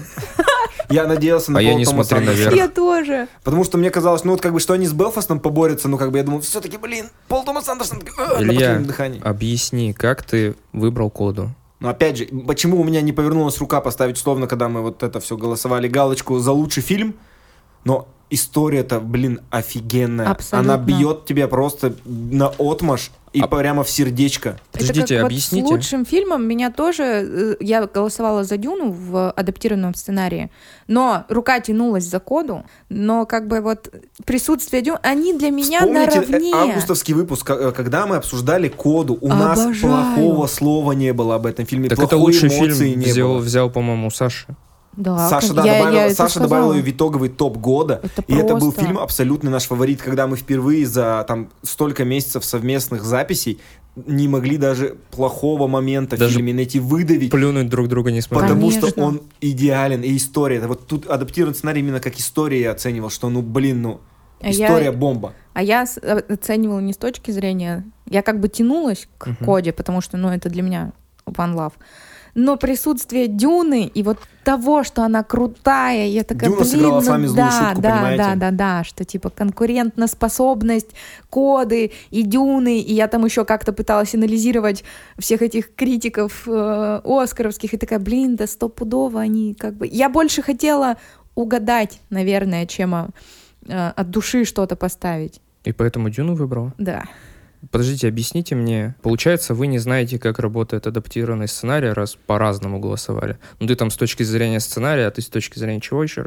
Я надеялся на А я Пола не Томаса смотрю Андерсона. наверх. Я тоже. Потому что мне казалось, ну вот как бы, что они с Белфастом поборются, ну как бы я думал, все-таки, блин, Пол Томас Андерсон на Илья, последнем дыхании. объясни, как ты выбрал коду? Но опять же, почему у меня не повернулась рука поставить условно, когда мы вот это все голосовали, галочку за лучший фильм, но история-то, блин, офигенная. Абсолютно. Она бьет тебя просто на отмашь и прямо в сердечко. Подождите, это как объясните. Вот с лучшим фильмом меня тоже... Я голосовала за Дюну в адаптированном сценарии, но рука тянулась за коду, но как бы вот присутствие Дюны, они для меня Вспомните наравне. августовский выпуск, когда мы обсуждали коду. У нас Обожаю. плохого слова не было об этом фильме, Так это плохой лучший эмоции фильм не было. взял, по-моему, Саша. Да, Саша, кон- да, я это Саша сказала. добавила ее в итоговый топ года. Это и это был просто- фильм абсолютно наш фаворит, когда мы впервые за там столько месяцев совместных записей не могли даже плохого момента в Даже фильме найти, выдавить. Плюнуть друг друга не смогли. Потому что Конечно. он идеален, и история. Это вот тут адаптированный сценарий именно как история я оценивал, что ну блин, ну А история я- бомба. А я оценивала не с точки зрения... Я как бы тянулась к коде, потому что, ну, это для меня one love. Но присутствие Дюны и вот того, что она крутая, я такая, Дюна блин, сыграла с ну вами злую да, шутку, да, понимаете? да, что типа конкурентоспособность, коды и Дюны, и я там еще как-то пыталась анализировать всех этих критиков оскаровских, и такая, блин, да стопудово они как бы... Я больше хотела угадать, наверное, чем от души что-то поставить. И поэтому Дюну выбрал? Да. Подождите, объясните мне. Получается, вы не знаете, как работает адаптированный сценарий, раз по-разному голосовали. Ну, ты там с точки зрения сценария, а ты с точки зрения чего еще раз?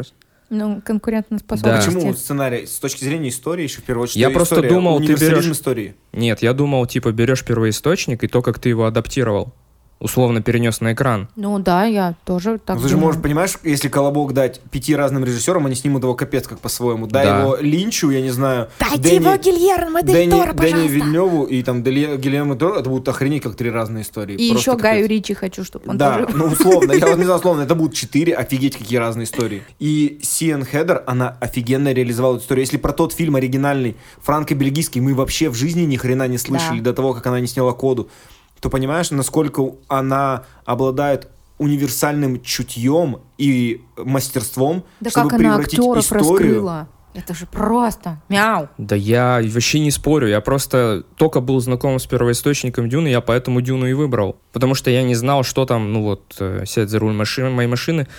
Ну, конкурентоспособности. Почему сценарий? С точки зрения истории еще в первую очередь. Я просто думал, ты берешь... истории. Нет, я думал, типа, берешь первоисточник и то, как ты его адаптировал. Условно перенес на экран. Ну да, я тоже так думаю. Ты же можешь, понимаешь, если колобок дать 5 разным режиссерам, они снимут его капец как по-своему. Дай его Линчу, я не знаю. Дайте его Гильермо дель Торо, пожалуйста. Дэни Вильнёву и там Гильермо дель Торо, это будут охренеть как 3 разные истории. И просто еще Гаю Ричи хочу, чтобы он тоже... Да, ну условно, я вот не знаю, условно, это будут 4, офигеть какие разные истории. И Сиэн Хедер, она офигенно реализовала эту историю. Если про тот фильм оригинальный, франко-бельгийский, мы вообще в жизни ни хрена не слышали до того, как она не сняла коду, то понимаешь, насколько она обладает универсальным чутьем и мастерством, да чтобы как превратить она историю... раскрыла. Это же просто мяу. Да я вообще не спорю, я просто только был знаком с первоисточником Дюны, я поэтому Дюну и выбрал. Потому что я не знал, что там, ну вот, сядь за руль моей машины,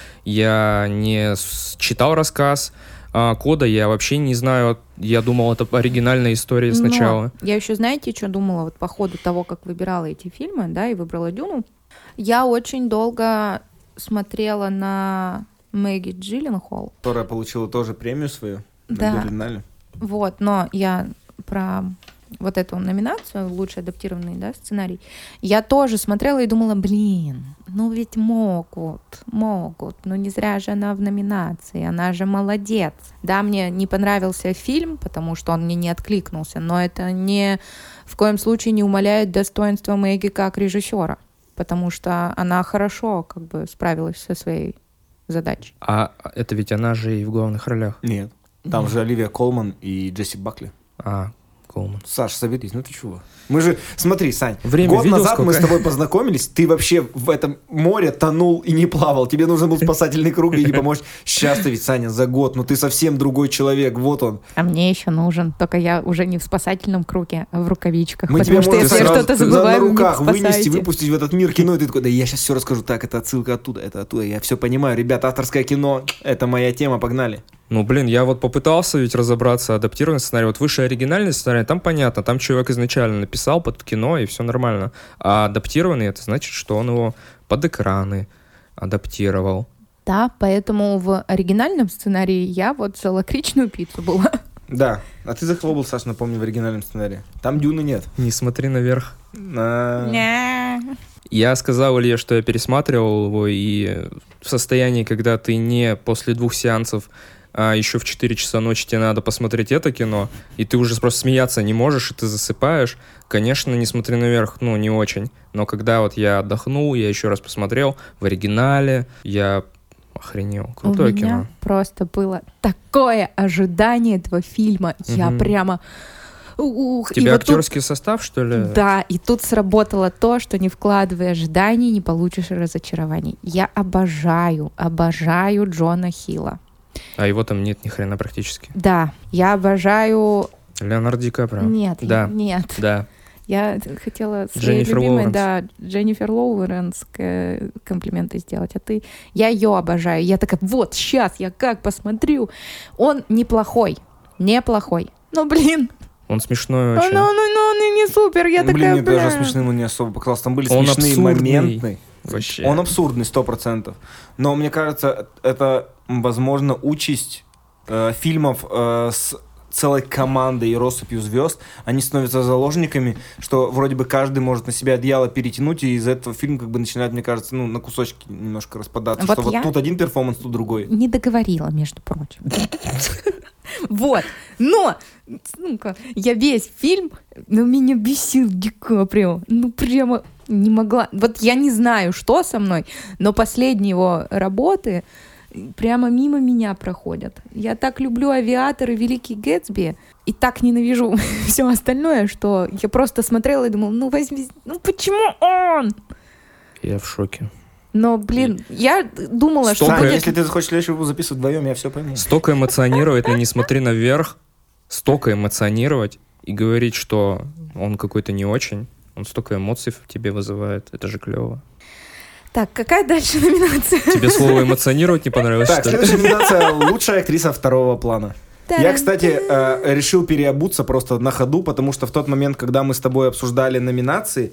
я не читал рассказ, кода я вообще не знаю, я думал, это оригинальная история сначала. Но я еще, знаете, что думала вот по ходу того, как выбирала эти фильмы, да, и выбрала Дюну. Я очень долго смотрела на Мэгги Джилленхол. Которая получила тоже премию свою. Да, вот, но я про вот эту номинацию, лучший адаптированный, да, сценарий, я тоже смотрела и думала, блин, ну ведь могут, ну не зря же она в номинации, она же молодец. Да, мне не понравился фильм, потому что он мне не откликнулся, но это ни в коем случае не умаляет достоинства Мэгги как режиссера, потому что она хорошо как бы справилась со своей задачей. А это ведь она же и в главных ролях? Нет. Там же Оливия Колман и Джесси Бакли. Колман. Саш, соберись, ну ты чего? Мы же, смотри, Сань, время год видел, назад сколько? мы с тобой познакомились, ты вообще в этом море тонул и не плавал, тебе нужен был спасательный круг и не помочь. Сейчас ты ведь, Саня, за год, ну ты совсем другой человек, вот он. А мне еще нужен, только я уже не в спасательном круге, а в рукавичках, мы потому что если я что-то забываю, на руках вы меня вынести, выпустить в этот мир кино, и ты такой, да я сейчас все расскажу, так, это отсылка оттуда, я все понимаю, ребята, авторское кино, это моя тема, погнали. Ну, блин, я вот попытался ведь разобраться, адаптированный сценарий. Вот выше оригинальный сценарий, там понятно, там человек изначально написал под кино, и все нормально. А адаптированный, это значит, что он его под экраны адаптировал. Да, поэтому в оригинальном сценарии я вот за лакричную пиццу была. Да, а ты за кого был, Саш, напомню, в оригинальном сценарии? Там Дюны нет. Не смотри наверх. Я сказал Илье, что я пересматривал его, и в состоянии, когда ты не после 2 сеансов, а еще в 4 часа ночи тебе надо посмотреть это кино, и ты уже просто смеяться не можешь, и ты засыпаешь, конечно, «Не смотри наверх», ну, не очень. Но когда вот я отдохнул, я еще раз посмотрел в оригинале, я охренел. Крутое кино. У меня просто было такое ожидание этого фильма. Я прямо... У тебя актерский состав, что ли? Да, и тут сработало то, что не вкладывая ожиданий, не получишь разочарований. Я обожаю Джона Хилла. А его там нет ни хрена практически. Да, я обожаю... Леонардо Ди Каприо. Нет, да. Нет. Да. Я хотела своей любимой, да, Дженнифер Лоуренс комплименты сделать, а ты... Я ее обожаю. Я такая, вот, сейчас я как посмотрю. Он неплохой. Ну, блин. Он смешной очень. Он не супер, я такая, мне даже смешным он не особо показался. Там были он смешные моменты. Вообще. Он абсурдный, 100%. Но мне кажется, это, возможно, участь фильмов с целой командой и россыпью звезд. Они становятся заложниками, что вроде бы каждый может на себя одеяло перетянуть, и из-за этого фильм как бы начинает, мне кажется, ну, на кусочки немножко распадаться. Вот что вот тут один перформанс, тут другой. Не договорила, между прочим. Вот. Но, я весь фильм, меня бесил Ди Каприо. Ну, прямо не могла. Вот я не знаю, что со мной, но последние его работы прямо мимо меня проходят. Я так люблю «Авиатор» и «Великий Гэтсби», и так ненавижу все остальное, что я просто смотрела и думала, почему он? Я в шоке. Но, блин, я думала, что Саня, будет... если ты захочешь следующий выпуск записывать вдвоем, я все пойму. Столько эмоционировать на «Не смотри наверх», столько эмоционировать и говорить, что он какой-то не очень, он столько эмоций в тебе вызывает, это же клево. Так, какая дальше номинация? Тебе слово «эмоционировать» не понравилось? Так, следующая номинация «Лучшая актриса второго плана». Я, кстати, решил переобуться просто на ходу, потому что в тот момент, когда мы с тобой обсуждали номинации,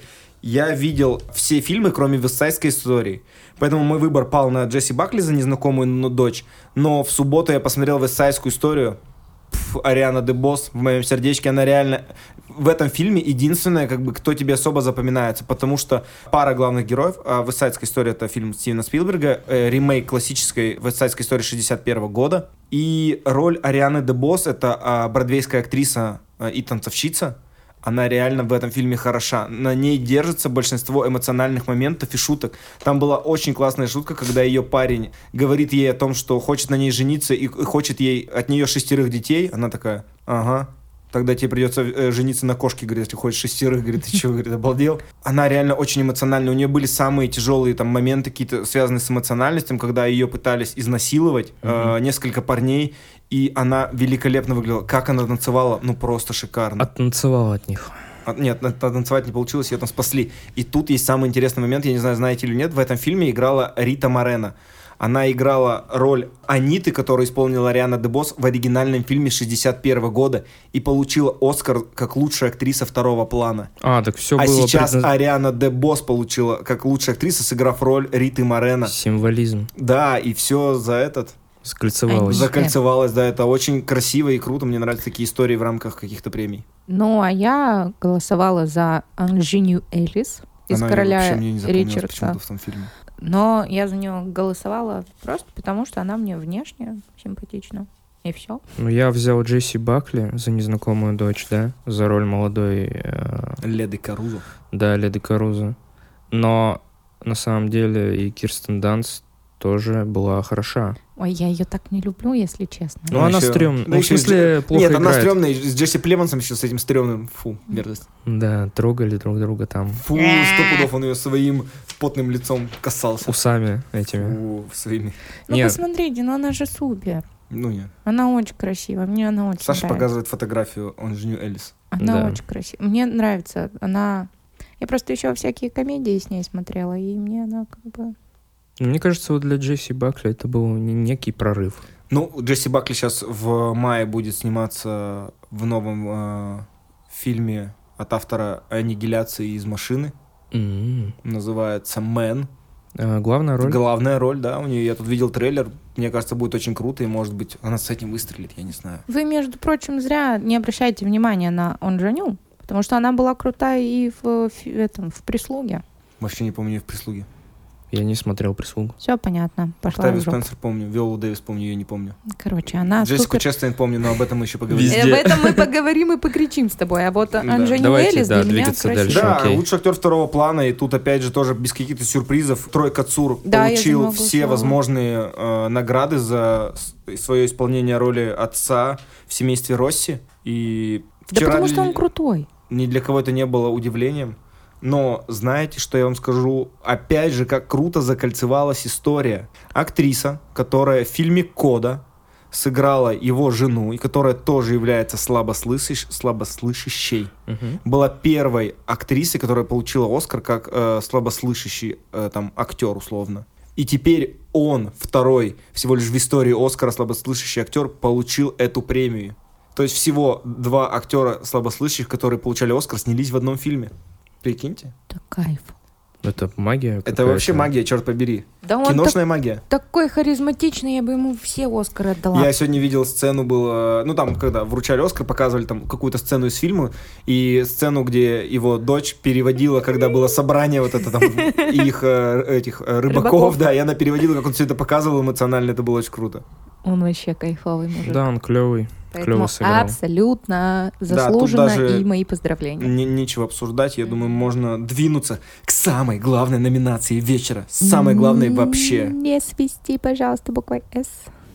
Я видел все фильмы, кроме «Вестсайдской истории». Поэтому мой выбор пал на Джесси Бакли за «Незнакомую дочь». Но в субботу я посмотрел «Вестсайдскую историю». Ариана ДеБосс в моем сердечке, она реально... В этом фильме единственная, как бы, кто тебе особо запоминается, потому что пара главных героев, «Вестсайдская история» — это фильм Стивена Спилберга, ремейк классической «Вестсайдской истории» 1961 года, и роль Арианы ДеБосс — это бродвейская актриса и танцовщица. Она реально в этом фильме хороша. На ней держится большинство эмоциональных моментов и шуток. Там была очень классная шутка, когда ее парень говорит ей о том, что хочет на ней жениться и хочет ей от нее 6 детей. Она такая: ага, тогда тебе придется жениться на кошке, говорит, если хочешь 6, говорит, ты чего, говорит, обалдел. Она реально очень эмоциональна. У нее были самые тяжелые там моменты, какие-то связанные с эмоциональностью, когда ее пытались изнасиловать несколько парней, и она великолепно выглядела. Как она танцевала, ну просто шикарно. Оттанцевала от них. Нет, танцевать не получилось, ее там спасли. И тут есть самый интересный момент, я не знаю, знаете или нет, в этом фильме играла Рита Морено. Она играла роль Аниты, которую исполнила Ариана ДеБосс в оригинальном фильме 1961 года и получила Оскар как лучшая актриса второго плана. Так все а было... сейчас Ариана ДеБосс получила как лучшая актриса, сыграв роль Риты Морено. Символизм. Да, и все за этот... Закольцевалось, да, это очень красиво и круто. Мне нравятся такие истории в рамках каких-то премий. Ну, а я голосовала за Инженю Элис из «Короля Ричарда». В том фильме. Но я за нее голосовала просто потому, что она мне внешне симпатична. И все. Ну, я взял Джесси Бакли за «Незнакомую дочь», да, за роль молодой... Леди Карузо. Да, Леди Карузо. Но на самом деле и Кирстен Данст тоже была хороша. Ой, я ее так не люблю, если честно. Ну, она стрёмная. Ну, в смысле, плохо Нет, играет. она стрёмная. С Джесси Племонсом еще с этим стрёмным. Фу, мерзость. Да, трогали друг друга там. Фу, 100 пудов он ее своим потным лицом касался. Усами этими. Фу, своими. Ну, посмотрите, ну она же супер. Ну, нет. Она очень красивая, мне она очень Саша нравится. показывает фотографию Инженю Элис. Она очень красивая. Мне нравится. Она... Я просто еще всякие комедии с ней смотрела, и мне она как бы... Мне кажется, вот для Джесси Бакли это был некий прорыв. Ну, Джесси Бакли сейчас в мае будет сниматься в новом фильме от автора «Аннигиляции из машины». Называется «Мэн». Главная роль? Главная роль, да. У нее, я тут видел трейлер. Мне кажется, будет очень круто, и, может быть, она с этим выстрелит, я не знаю. Вы, между прочим, зря не обращайте внимания на Инженю, потому что она была крутая и в «Прислуге». Вообще не помню ее в «Прислуге». Я не смотрел «Прислугу». Все понятно. Пошла Октавию в жопу. Спенсер помню, Виолу Дэвис помню, ее не помню. Короче, она Джессику супер... Честейн помню, но об этом мы еще поговорим. Везде. Об этом мы поговорим и покричим с тобой. А вот Инженю Давайте, Элис да, для меня двигаться красивая. дальше. Да, окей. лучший актер второго плана, и тут опять же тоже без каких-то сюрпризов. Трой Кацур Да, получил все голосовала. возможные награды за свое исполнение роли отца в семействе Росси. И Да вчера потому что он крутой. ни для кого это не было удивлением. Но знаете, что я вам скажу? Опять же, как круто закольцевалась история. Актриса, которая в фильме «Кода» сыграла его жену, и которая тоже является слабослышащей, была первой актрисой, которая получила Оскар как слабослышащий актер, условно. И теперь он, второй, всего лишь в истории Оскара слабослышащий актер, получил эту премию. То есть всего 2 актера слабослышащих, которые получали Оскар, снялись в одном фильме. Прикиньте. Это кайф. Это магия какая-то. Это вообще магия, черт побери. Да он Киношная магия. такой харизматичный, я бы ему все Оскары отдала. Я сегодня видел сцену, было, ну там, когда вручали Оскар, показывали там какую-то сцену из фильма, и сцену, где его дочь переводила, когда было собрание вот это там их этих рыбаков, да, и она переводила, как он все это показывал эмоционально, это было очень круто. Он вообще кайфовый мужик. Да, он клевый. Поэтому Клево сыграл. абсолютно заслуженно, даже и мои поздравления. Нечего обсуждать, я думаю, можно двинуться к самой главной номинации вечера. Самой главной вообще. Не свисти, пожалуйста, буквой «С».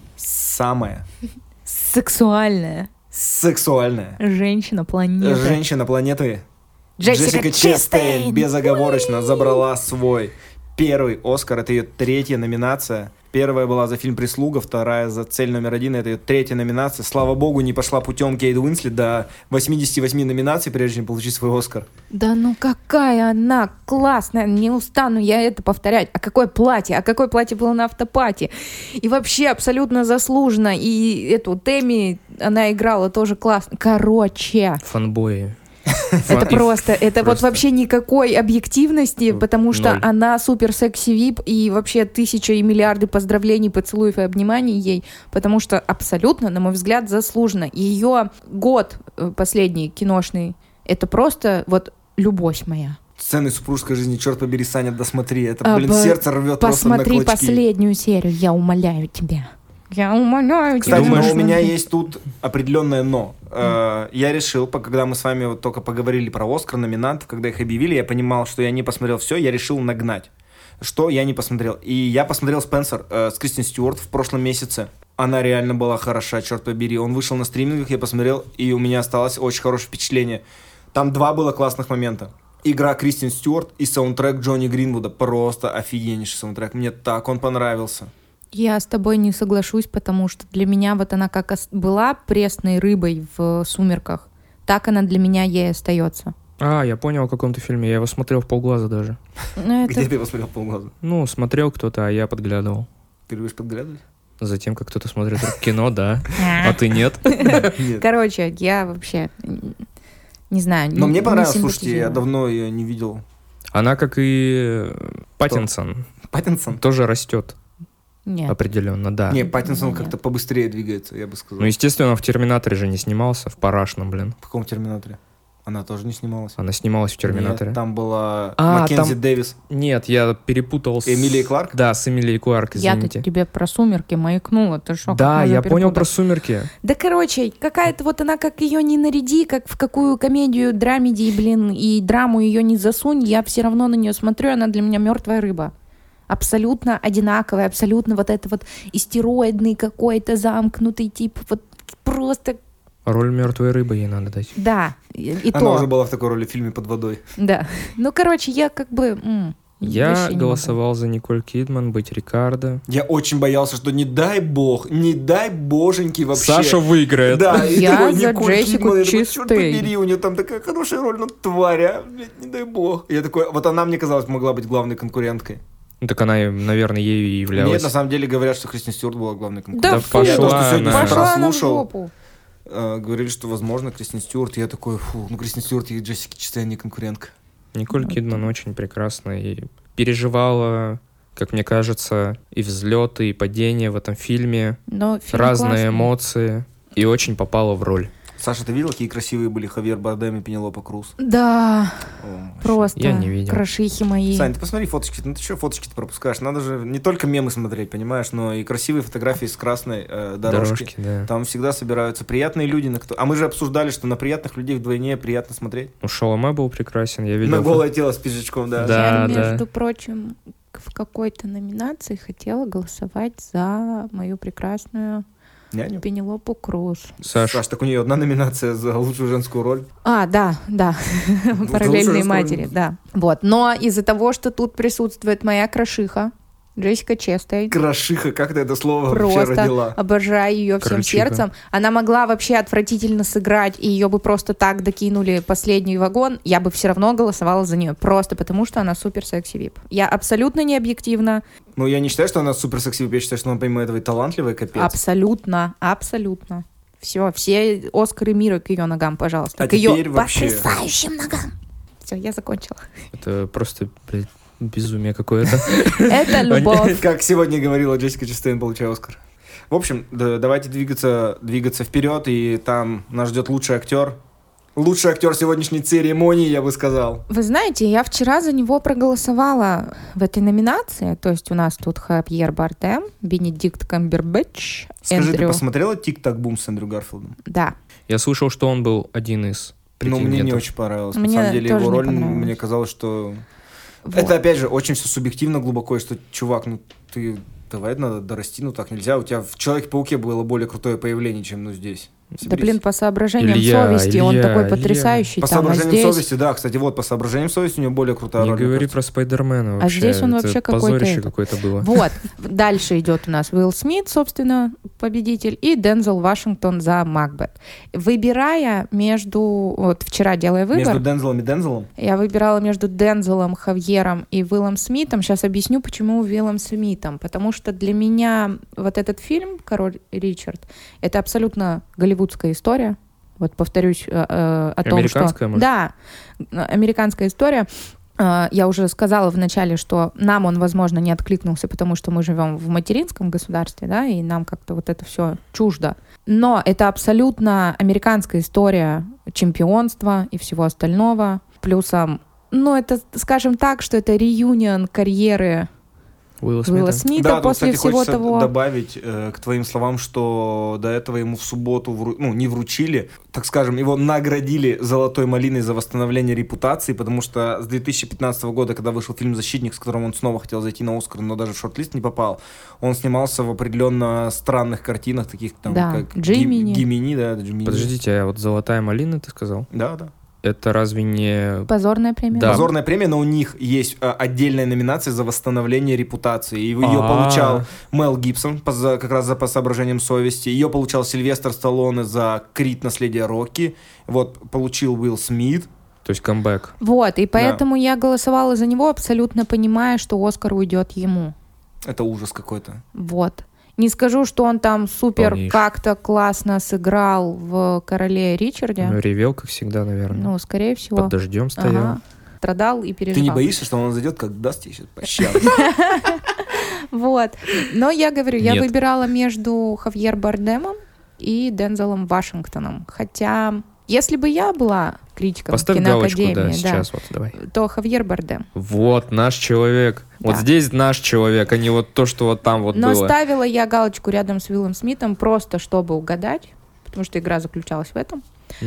Самая Сексуальная сексуальная женщина планеты. женщина планеты Джессика Честейн безоговорочно забрала свой первый Оскар. Это ее 3-я номинация. Первая была за фильм «Прислуга», вторая за «Цель номер 1». Это ее 3-я номинация. Слава богу, не пошла путем Кейт Уинслет до 88 номинаций, прежде чем получить свой Оскар. Да ну какая она классная, не устану я это повторять. А какое платье было на автопати. И вообще абсолютно заслуженно. И эту Тэмми она играла тоже классно. Короче. Фанбои. Это просто, это вот вообще никакой объективности, потому что она супер секси-вип, и вообще тысяча и миллиарды поздравлений, поцелуев и обниманий ей, потому что абсолютно, на мой взгляд, заслуженно. Ее год последний киношный, это просто вот любовь моя. Сцены супружеской жизни, черт побери, Саня, досмотри. Это, сердце рвет просто на клочки. Посмотри последнюю серию, я умоляю тебя. Я умоляю тебя. Кстати, но у меня есть тут определенное «но». Я решил, когда мы с вами вот только поговорили про «Оскар», номинантов, когда их объявили, я понимал, что я не посмотрел все, я решил нагнать. Что я не посмотрел. И я посмотрел «Спенсер» с Кристен Стюарт в прошлом месяце. Она реально была хороша, черт побери. Он вышел на стримингах, я посмотрел, и у меня осталось очень хорошее впечатление. Там 2 было классных момента. Игра Кристен Стюарт и саундтрек Джонни Гринвуда. Просто офигеннейший саундтрек. Мне так он понравился. Я с тобой не соглашусь, потому что для меня вот она как была пресной рыбой в «Сумерках», так она для меня ей остается. Я понял, о каком ты фильме. Я его смотрел в полглаза даже. Где ты его смотрел в полглаза? Ну, смотрел кто-то, а я подглядывал. Ты любишь подглядывать? Затем, как кто-то смотрит кино, да. А ты нет? Короче, я вообще не знаю. Но мне понравилось, слушайте, я давно ее не видел. Она, как и Паттинсон, тоже растет. Нет. Определенно, да. Не, Паттинсон как-то побыстрее двигается, я бы сказал. Ну, естественно, в «Терминаторе» же не снимался, в «Парашном», блин. В каком «Терминаторе»? Она тоже не снималась? Она снималась в «Терминаторе». Нет, там была Маккензи Дэвис. Нет, я перепутал с... Эмилией Кларк? Да, с Эмилией Кларк, извините. Я-то тебе про «Сумерки» маякнула, ты что? Да, я понял про «Сумерки». Да, короче, какая-то вот она, как ее не наряди, как в какую комедию, драмеди, блин, и драму ее не засунь, я все равно на нее смотрю, она для меня мертвая рыба. Абсолютно одинаковая, абсолютно вот это вот истероидный какой-то замкнутый тип, вот просто... Роль мертвой рыбы ей надо дать. Да, Она уже была в такой роли в фильме «Под водой». Да. Ну, короче, я как бы... Я голосовал за Николь Кидман, быть Рикардо. Я очень боялся, что не дай боженьки вообще. Саша выиграет. Да, и я такой, за Николь Джессику Кидман, Честейн. черт побери, у нее там такая хорошая роль, ну тварь, блядь, не дай бог. Я такой, вот она, мне казалось, могла быть главной конкуренткой. Ну, так она, наверное, ею и являлась. Нет, на самом деле говорят, что Кристен Стюарт была главной Да конкуренткой. фу, Я то, что сегодня пошла она в прослушал, жопу. говорили, что, возможно, Кристен Стюарт. Я такой, Кристен Стюарт и Джессика Честейн не конкурентка. Николь Кидман очень прекрасна и переживала, как мне кажется, и взлеты, и падения в этом фильме. Но фильм разные классный. эмоции. И очень попала в роль. Саша, ты видел, какие красивые были Хавьер Бардем и Пенелопа Круз? Да, О, просто Я не видел. крошихи мои. Сань, ты посмотри фоточки. Ну ты что фоточки-то пропускаешь? Надо же не только мемы смотреть, понимаешь, но и красивые фотографии с красной дорожки. Да. Там всегда собираются приятные люди. А мы же обсуждали, что на приятных людей вдвойне приятно смотреть. Ну, Шаломе был прекрасен, я видел. На голое тело с пиджачком, да. Да. Я, между прочим, в какой-то номинации хотела голосовать за мою прекрасную Няню? Пенелопу Круз. Саш, так у нее одна номинация за лучшую женскую роль. Да. Параллельные лучше матери, да. Вот. Но из-за того, что тут присутствует моя крошиха, Джессика Честейн. Крошиха, как ты это слово вообще Просто родила? обожаю ее всем Крольчиха. сердцем. Она могла вообще отвратительно сыграть, и ее бы просто так докинули последний вагон. Я бы все равно голосовала за нее, просто потому что она супер секси-вип. Я абсолютно не объективна. Ну, я не считаю, что она супер секси, я считаю, что она, помимо этого, и талантливая, капец. Абсолютно. Все Оскары мира к ее ногам, пожалуйста. А к ее теперь вообще- потрясающим ногам. Все, я закончила. это просто, блядь, безумие какое-то. Это любовь. Как сегодня говорила Джессика Честейн, получая Оскар. В общем, давайте двигаться вперед, и там нас ждет лучший актер. Лучший актер сегодняшней церемонии, я бы сказал. Вы знаете, я вчера за него проголосовала в этой номинации. То есть у нас тут Хавьер Бардем, Бенедикт Камбербэтч, Скажи, ты Эндрю. посмотрела «Тик-так-бум» с Эндрю Гарфилдом? Да. Я слышал, что он был один из Ну, претендентов. мне не очень понравилось. Мне На самом деле, тоже его не роль, понравилось. мне казалось, что... Вот. Это, опять же, очень все субъективно глубоко, и что, чувак, ты... Давай, надо дорасти, так нельзя. У тебя в «Человеке-пауке» было более крутое появление, чем, здесь. Да блин, по соображениям Илья, совести он Илья, такой Илья. потрясающий По там, а соображениям здесь... совести, да, кстати, по соображениям совести у него более крутая Не роль. мне говори кажется. про Спайдермена вообще. здесь он это вообще какой-то позорище это. какое-то было. Вот, дальше идет у нас Уилл Смит, собственно, победитель, и Дензел Вашингтон за Макбет. Выбирая между... Вот вчера делая выбор, Между Дензелом и Дензелом? я выбирала между Дензелом, Хавьером и Уиллом Смитом. Сейчас объясню, почему Уиллом Смитом. Потому что для меня вот этот фильм «Король Ричард» — это абсолютно голливудская история. Вот повторюсь о том, что... Американская, может? Да, американская история. Я уже сказала в начале, что нам он, возможно, не откликнулся, потому что мы живем в материнском государстве, да, и нам как-то вот это все чуждо. Но это абсолютно американская история чемпионства и всего остального. Плюсом, ну, это, скажем так, что это реюнион карьеры Уилла Смита да, после кстати, всего того. Добавить к твоим словам, что до этого ему в субботу, не вручили, так скажем, его наградили золотой малиной за восстановление репутации, потому что с 2015 года, когда вышел фильм «Защитник», с которым он снова хотел зайти на Оскар, но даже в шорт-лист не попал, он снимался в определенно странных картинах, таких там, как Гемини, да, Джимини. Подождите, а вот «Золотая малина» ты сказал? Да. Это разве не... Позорная премия? Да. Позорная премия, но у них есть отдельная номинация за восстановление репутации. И ее получал Мел Гибсон как раз по соображениям совести. Ее получал Сильвестр Сталлоне за «Крид. Наследие Рокки». Вот получил Уилл Смит. То есть камбэк. Вот, и поэтому я голосовала за него, абсолютно понимая, что Оскар уйдет ему. Это ужас какой-то. Вот. Не скажу, что он там супер как-то классно сыграл в «Короле Ричарде». Ну, ревел, как всегда, наверное. Ну, скорее всего. Под дождем стоял. Ага. Страдал и переживал. Ты не боишься, что он зайдет, как даст тебе сейчас пощаду? Вот. Но я говорю, я выбирала между Хавьер Бардемом и Дензелом Вашингтоном. Хотя, если бы я была критиком киноакадемии, да, сейчас вот, давай. то Хавьер Бардем. Вот наш человек. Да. Вот здесь наш человек, а не вот то, что вот там вот Но было. ставила я галочку рядом с Уиллом Смитом просто, чтобы угадать, потому что игра заключалась в этом.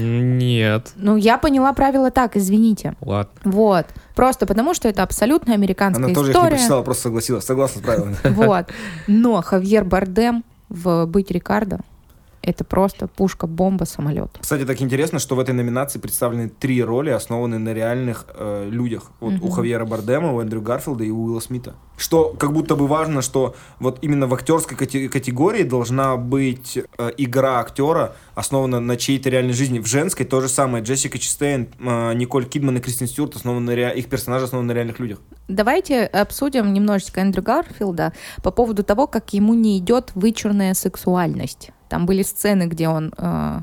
Нет. Ну, я поняла правила так, извините. Ладно. Вот. Просто потому, что это абсолютно американская история. Она тоже история. их не прочитала, просто согласилась. Согласна с правилами. Вот. Но Хавьер Бардем в «Быть Рикардо» — это просто пушка-бомба, самолет. Кстати, так интересно, что в этой номинации представлены 3 роли, основанные на реальных людях. Вот у Хавьера Бардема, у Эндрю Гарфилда и у Уилла Смита. Что как будто бы важно, что вот именно в актерской категории должна быть игра актера, основана на чьей-то реальной жизни. В женской то же самое. Джессика Честейн, Николь Кидман и Кристен Стюарт, их персонажи основаны на реальных людях. Давайте обсудим немножечко Эндрю Гарфилда по поводу того, как ему не идет вычурная сексуальность. Там были сцены, где он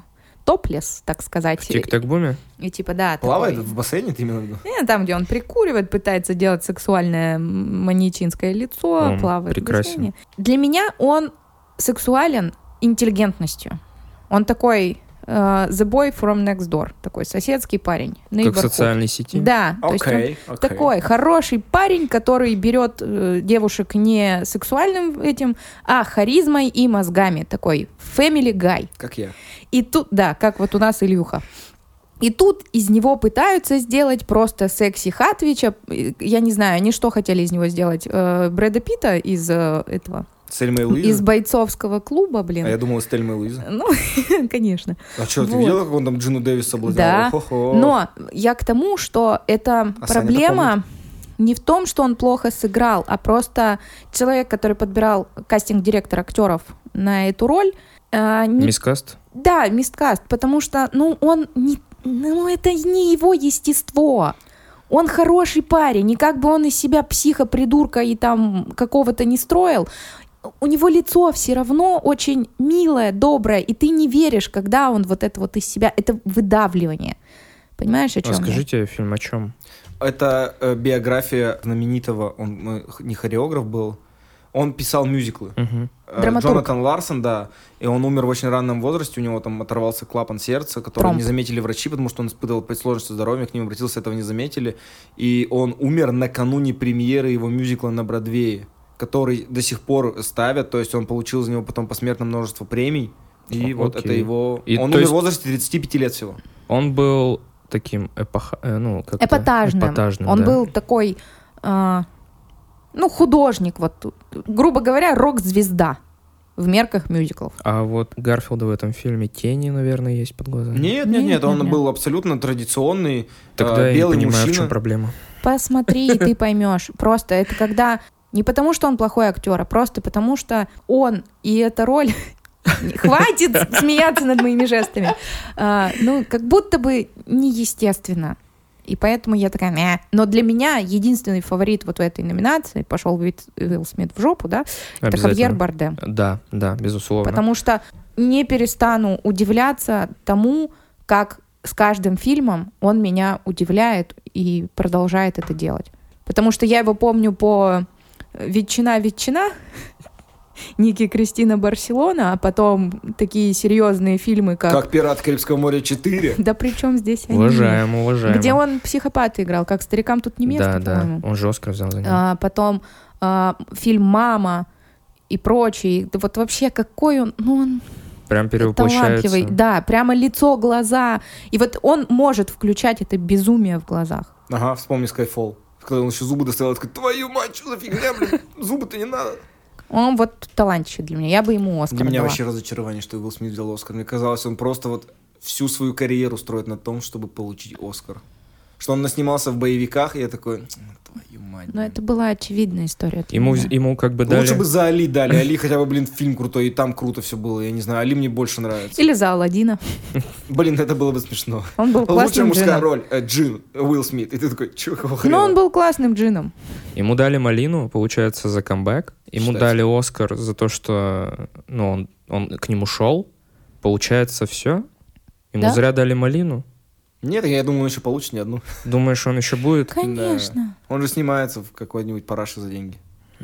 топлес, так сказать. В тик-так-буме? И типа, да. Плавает в бассейне, ты именно в виду? Там, где он прикуривает, пытается делать сексуальное маньячинское лицо, плавает прекрасен. В бассейне. Для меня он сексуален интеллигентностью. Он такой the boy from next door, такой соседский парень. Как в социальной сети? Да. То есть он такой хороший парень, который берет девушек не сексуальным этим, а харизмой и мозгами. Такой family guy. Как я. И тут, да, как вот у нас Илюха. И тут из него пытаются сделать просто секси Хатвича. Я не знаю, они что хотели из него сделать? Брэда Питта из этого... Сельма и Луиза? Из бойцовского клуба, блин. А я думала, Стельма и Луиза. Ну, конечно. А что, ты видела, как он там Джину Дэвис соблазнял? Да, но я к тому, что эта проблема не в том, что он плохо сыграл, а просто человек, который подбирал кастинг-директор актеров на эту роль... Мискаст? Да, мискаст, потому что, он не... это не его естество. Он хороший парень, и как бы он из себя психа-придурка и там какого-то не строил, у него лицо все равно очень милое, доброе, и ты не веришь, когда он вот это вот из себя, это выдавливание. Понимаешь, о чем Расскажите, фильм о чем? Это биография знаменитого, он не хореограф был, он писал мюзиклы. Джонатан Ларсон, да, и он умер в очень раннем возрасте, у него там оторвался клапан сердца, который не заметили врачи, потому что он испытывал сложности здоровья, к ним обратился, этого не заметили, и он умер накануне премьеры его мюзикла на Бродвее, который до сих пор ставят, то есть он получил за него потом посмертно множество премий, и вот это его... Он умер в возрасте 35 лет всего. Он был таким эпатажным. Он да. был такой... художник, вот, грубо говоря, рок-звезда в мерках мюзиклов. А вот Гарфилда в этом фильме тени, наверное, есть под глазами? Нет, он был абсолютно традиционный Тогда белый я не понимаю, мужчина. в чем проблема. Посмотри, и ты поймешь. Просто это когда... Не потому, что он плохой актер, а просто потому, что он и эта роль... Хватит смеяться над моими жестами. Как будто бы неестественно. И поэтому я такая, Но для меня единственный фаворит вот в этой номинации, пошел Уилл Смит в жопу, да, это Хавьер Бардем. Да, безусловно. Потому что не перестану удивляться тому, как с каждым фильмом он меня удивляет и продолжает это делать. Потому что я его помню по «Ветчина», Ники Кристина Барселона, а потом такие серьезные фильмы, Как «Пираты Карибского моря 4». Да при чем здесь они? Уважаемо. Где он психопата играл, как «Старикам тут не место», по-моему. Да, он же Оскар взял за него. Потом фильм «Мама» и прочие. Да вот вообще какой он... Ну, он Прям перевоплощается. талантливый. Да, прямо лицо, глаза. И вот он может включать это безумие в глазах. Ага, вспомни «Скайфолл». Когда он еще зубы доставал, такой: твою мать, что за фигня, блин, зубы-то не надо. Он вот талантище для меня. Я бы ему Оскар Для меня дала. вообще разочарование, что Уилл Смит взял Оскар. Мне казалось, он просто вот всю свою карьеру строит на том, чтобы получить Оскар. Что он наснимался в боевиках, и я такой: твою мать. Но это была очевидная история. для Ему, меня. ему как бы дали... Лучше бы за Али дали. Али хотя бы, блин, фильм крутой, и там круто все было. Я не знаю, Али мне больше нравится. Или за Аладдина. Блин, это было бы смешно. Он был Лучшая классным мужская джином. роль. Джин, Уилл Смит. И ты такой: чё, какого хрена? Но он был классным джином. Ему дали малину, получается, за камбэк. Ему Считайте. дали Оскар за то, что он к нему шел. Получается, все. Ему Да? зря дали малину. Нет, я думаю, он еще получит не одну. Думаешь, он еще будет? Конечно. Он же снимается в какой-нибудь параше за деньги.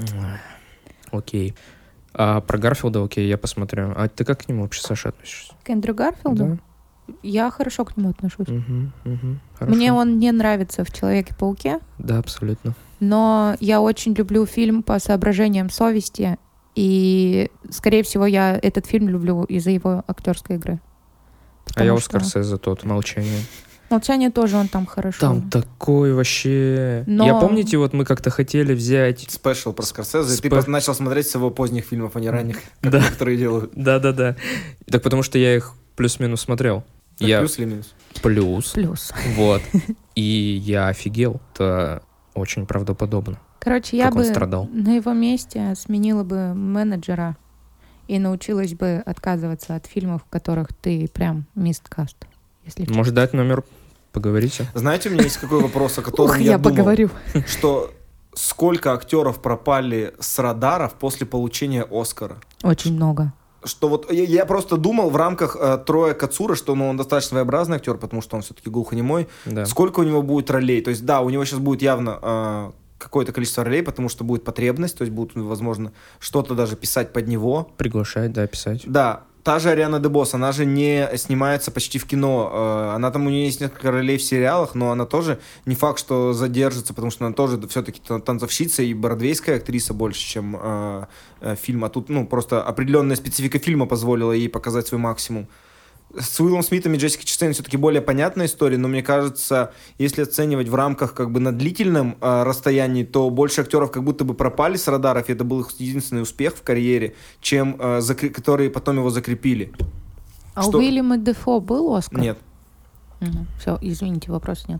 Окей. А про Гарфилда, окей, я посмотрю. А ты как к нему вообще, Саша, относишься? К Эндрю Гарфилду? Да? Я хорошо к нему отношусь. Хорошо. Мне он не нравится в «Человеке-пауке», Да, абсолютно. но я очень люблю фильм по соображениям совести, и, скорее всего, я этот фильм люблю из-за его актерской игры. А я Потому Оскар что за тот «Молчание». «Молчание» тоже он там хорошо. Там такой вообще... Но- Я помните, вот мы как-то хотели взять... Спешл про Скорсезе. Ты Спе- начал смотреть с его поздних фильмов, а не ранних, как Да. некоторые делают. Да-да-да. Так потому что я их плюс-минус смотрел. Так, Я плюс или минус? плюс. Плюс. Вот. И я офигел. Это очень правдоподобно. Короче, я Как он бы страдал. на его месте сменила бы менеджера и научилась бы отказываться от фильмов, в которых ты прям мисткаст. Если честно. Может, дать номер? Поговорите. Знаете, у меня есть какой вопрос, о котором Ух, я я думал, поговорю. что сколько актеров пропали с радаров после получения Оскара? Очень много. Что вот я просто думал в рамках Троя Кацура, что он достаточно своеобразный актер, потому что он все-таки глухонемой. Да. Сколько у него будет ролей? То есть, да, у него сейчас будет явно какое-то количество ролей, потому что будет потребность, то есть будут, возможно, что-то даже писать под него. Приглашать, да, писать. Да, та же Ариана Дебос, она же не снимается почти в кино. Она там, у нее есть несколько ролей в сериалах, но она тоже не факт, что задержится, потому что она тоже все-таки танцовщица и бродвейская актриса больше, чем фильм. А тут, просто определенная специфика фильма позволила ей показать свой максимум. С Уиллом Смитом и Джессикой Честейн все-таки более понятная история, но мне кажется, если оценивать в рамках как бы на длительном расстоянии, то больше актеров как будто бы пропали с радаров, и это был их единственный успех в карьере, чем которые потом его закрепили. А Что? у Уильяма Дефо был Оскар? Нет. Все, извините, вопроса нет.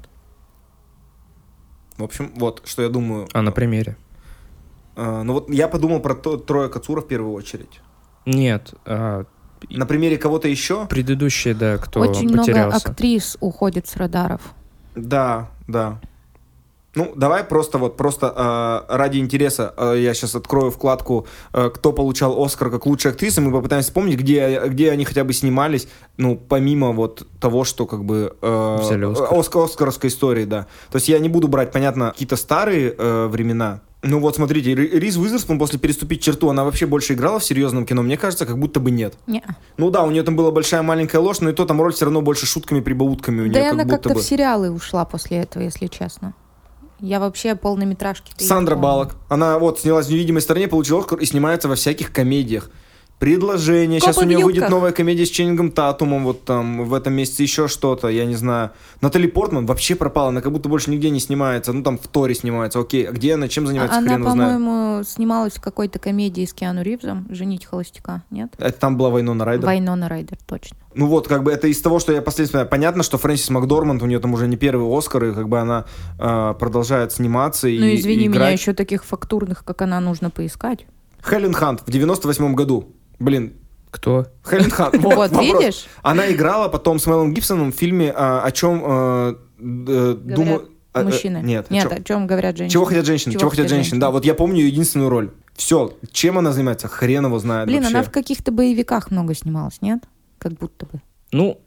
В общем, вот, что я думаю. А на примере? Ну вот я подумал про Троя Кацура в первую очередь. Нет. На примере кого-то еще? Предыдущие, да, кто Очень много потерялся. актрис уходит с радаров. Да. Ну, давай просто ради интереса я сейчас открою вкладку «Кто получал Оскар как лучшая актриса», мы попытаемся вспомнить, где они хотя бы снимались, помимо вот того, что как бы Взяли Оскар. оскаровской истории, да. То есть я не буду брать, понятно, какие-то старые времена. Ну вот смотрите, Риз Уизерспун после «Переступить черту», она вообще больше играла в серьезном кино? Мне кажется, как будто бы нет. Не. Ну да, у нее там была большая маленькая ложь, но и то там роль все равно больше шутками-прибаутками у нее Да и как она будто как-то бы. в сериалы ушла после этого, если честно. Я вообще полнометражки... Сандра Баллок. Она вот снялась в «Невидимой стороне», получила Оскар и снимается во всяких комедиях. «Предложение». Сейчас Копы у в нее выйдет юбках. новая комедия с Ченнингом Татумом. Вот там в этом месяце еще что-то, я не знаю. Натали Портман вообще пропала. Она как будто больше нигде не снимается. Ну там в Торе снимается. Окей, а где она, чем занимается, Она, хрен его знает. по-моему, снималась в какой-то комедии с Киану Ривзом «Женить холостяка», нет? Это там была Вайнона Райдер. Вайнона Райдер, точно. Ну вот, как бы это из того, что я последствия. Понятно, что Фрэнсис Макдорманд, у нее там уже не первый Оскар, и как бы она продолжает сниматься и Ну, извини, и меня играть. еще таких фактурных, как она, нужно поискать. Хелен Хант в 98-м году. Блин, Кто? Хелен Хант. Вот, вопрос. видишь? Она играла потом с Мелом Гибсоном в фильме «О чем думаю...» Мужчины. Нет, о чем говорят женщины. «Чего хотят женщины?» «Чего хотят женщины?» Да, вот я помню ее единственную роль. Все, чем она занимается, хрен его знает Блин, вообще. она в каких-то боевиках много снималась, нет? Как будто бы. Ну,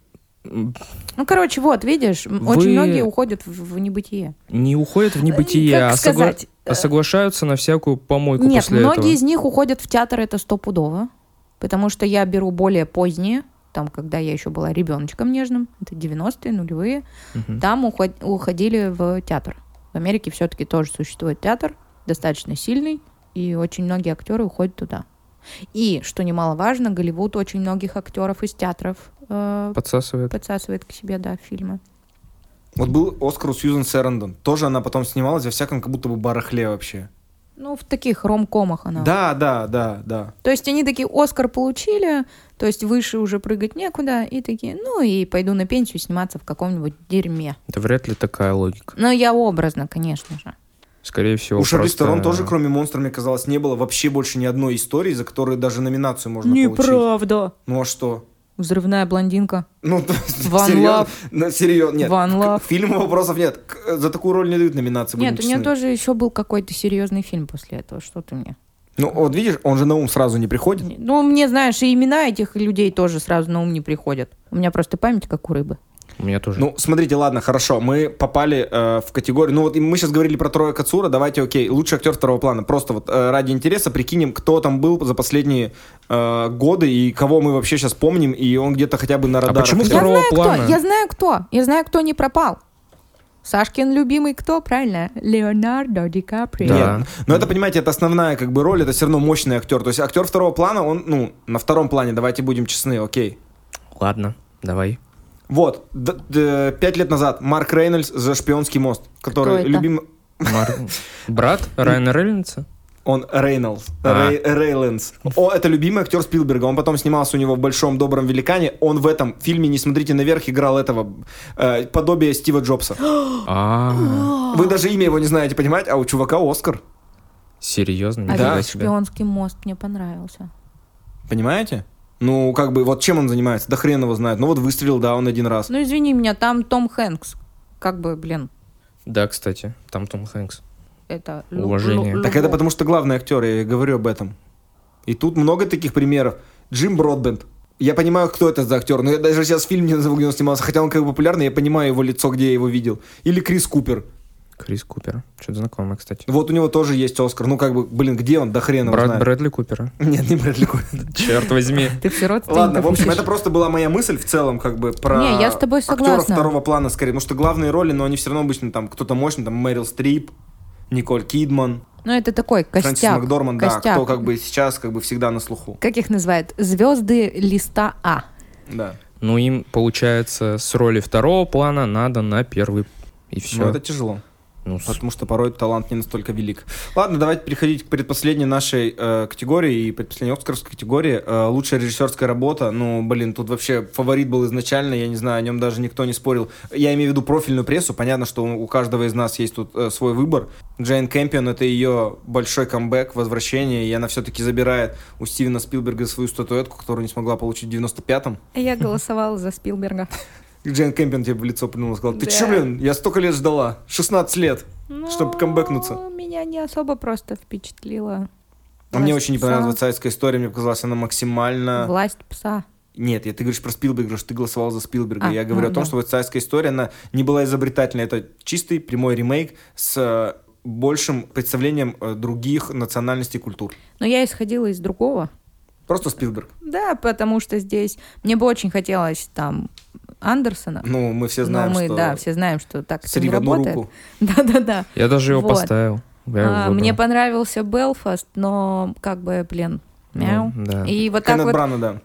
Ну, короче, вот, видишь, очень многие уходят в небытие. Не уходят в небытие, а соглашаются на всякую помойку после этого. Нет, многие из них уходят в театр, это стопудово. Потому что я беру более поздние, там, когда я еще была ребеночком нежным, это 90-е, нулевые, там уходили в театр. В Америке все-таки тоже существует театр, достаточно сильный, и очень многие актеры уходят туда. И, что немаловажно, Голливуд очень многих актеров из театров подсасывает к себе, да, фильмы. Вот был Оскар у Сьюзен Сэрандон. Тоже она потом снималась во всяком как будто бы барахле вообще. Ну, в таких ромкомах она. Да. То есть они такие Оскар получили, то есть выше уже прыгать некуда, и такие, ну и пойду на пенсию сниматься в каком-нибудь дерьме. Это вряд ли такая логика. Но я образно, конечно же. Скорее всего, у Шарлиз Терон тоже, кроме «Монстра», мне казалось, не было вообще больше ни одной истории, за которую даже номинацию можно получить. Неправда. Ну а что? «Взрывная блондинка». Ну, серьезно, нет. Фильма вопросов нет. За такую роль не дают номинации. Нет, у меня тоже еще был какой-то серьезный фильм после этого. Что ты мне? Ну, вот видишь, он же на ум сразу не приходит. Ну, мне, знаешь, и имена этих людей тоже сразу на ум не приходят. У меня просто память как у рыбы. У меня тоже. Ну, смотрите, ладно, хорошо, мы попали в категорию... Ну, вот мы сейчас говорили про Троя Кацура, давайте, окей, лучший актер второго плана. Просто вот ради интереса прикинем, кто там был за последние годы и кого мы вообще сейчас помним, и он где-то хотя бы на радарах. А почему второго плана? Я знаю, кто не пропал. Сашкин любимый кто, правильно? Леонардо Ди Каприо. Да. Нет, но это, понимаете, это основная как бы роль, это все равно мощный актер. То есть актер второго плана, он, ну, на втором плане, давайте будем честны, окей. Ладно, давай. Вот, 5 лет назад Марк Рейнольдс за «Шпионский мост», который любимый... Брат Райана Рейнольдса? Он Рейнольдс. Рейлендс. Это любимый актер Спилберга. Он потом снимался у него в «Большом добром великане». Он в этом фильме «Не смотрите наверх» играл этого подобие Стива Джобса. Вы даже имя его не знаете, понимаете? А у чувака Оскар. Серьезно? Да. «Шпионский мост» мне понравился. Понимаете? Ну, как бы, вот чем он занимается? Да хрен его знает. Ну, вот выстрелил, да, он один раз. Ну, извини меня, там Том Хэнкс. Как бы, блин. Да, кстати, там Том Хэнкс. Это уважение. Так это потому, что главный актер, я говорю об этом. И тут много таких примеров. Джим Бродбент. Я понимаю, кто это за актер, но я даже сейчас фильм не назову, где он снимался, хотя он как бы популярный, я понимаю его лицо, где я его видел. Или Крис Купер. Крис Купер. Что-то знакомое, кстати. Вот у него тоже есть Оскар. Ну, как бы, блин, где он? Да хрен его знает. Брэдли Купера. Нет, не Брэдли Купера. Черт возьми. Ты все родственников. Ладно, в общем, это просто была моя мысль в целом, как бы, про не, я с тобой согласна. Актеров второго плана, скорее. Потому что главные роли, но они все равно обычно там кто-то мощный, там Мэрил Стрип, Николь Кидман. Ну, это такой костяк. Фрэнсис Макдорманд, да, кто как бы сейчас как бы всегда на слуху. Как их называют? Звезды листа А. Да. Ну, им, получается, с роли второго плана надо на первый. И все. Ну, это тяжело. Ну, потому что порой талант не настолько велик. Ладно, давайте переходить к предпоследней нашей категории и предпоследней оскаровской категории. Лучшая режиссерская работа. Ну, блин, тут вообще фаворит был изначально, я не знаю, о нем даже никто не спорил. Я имею в виду профильную прессу. Понятно, что у каждого из нас есть тут свой выбор. Джейн Кэмпион — это ее большой камбэк, возвращение, и она все-таки забирает у Стивена Спилберга свою статуэтку, которую не смогла получить в 95-м. Я голосовала за Спилберга. Джейн Кэмпион тебе в лицо плюнула и сказала: ты че, блин, я столько лет ждала, 16 лет, чтобы камбэкнуться. Меня не особо просто впечатлило. А мне очень не понравилась «Версальская история», мне показалось, она максимально... «Власть пса». Нет, ты говоришь про Спилберга, что ты голосовал за Спилберга. Я говорю о том, что «Версальская история», она не была изобретательной. Это чистый прямой ремейк с большим представлением других национальностей и культур. Но я исходила из другого. Просто Спилберг. Да, потому что здесь... Мне бы очень хотелось там Андерсона. Ну, мы все знаем, что... Да, все знаем, что так это не работает. Руку. Да. Я даже его поставил. Мне понравился «Белфаст», но как бы, блин, мяу. Ну, да. И вот Кеннет так вот Брана, да.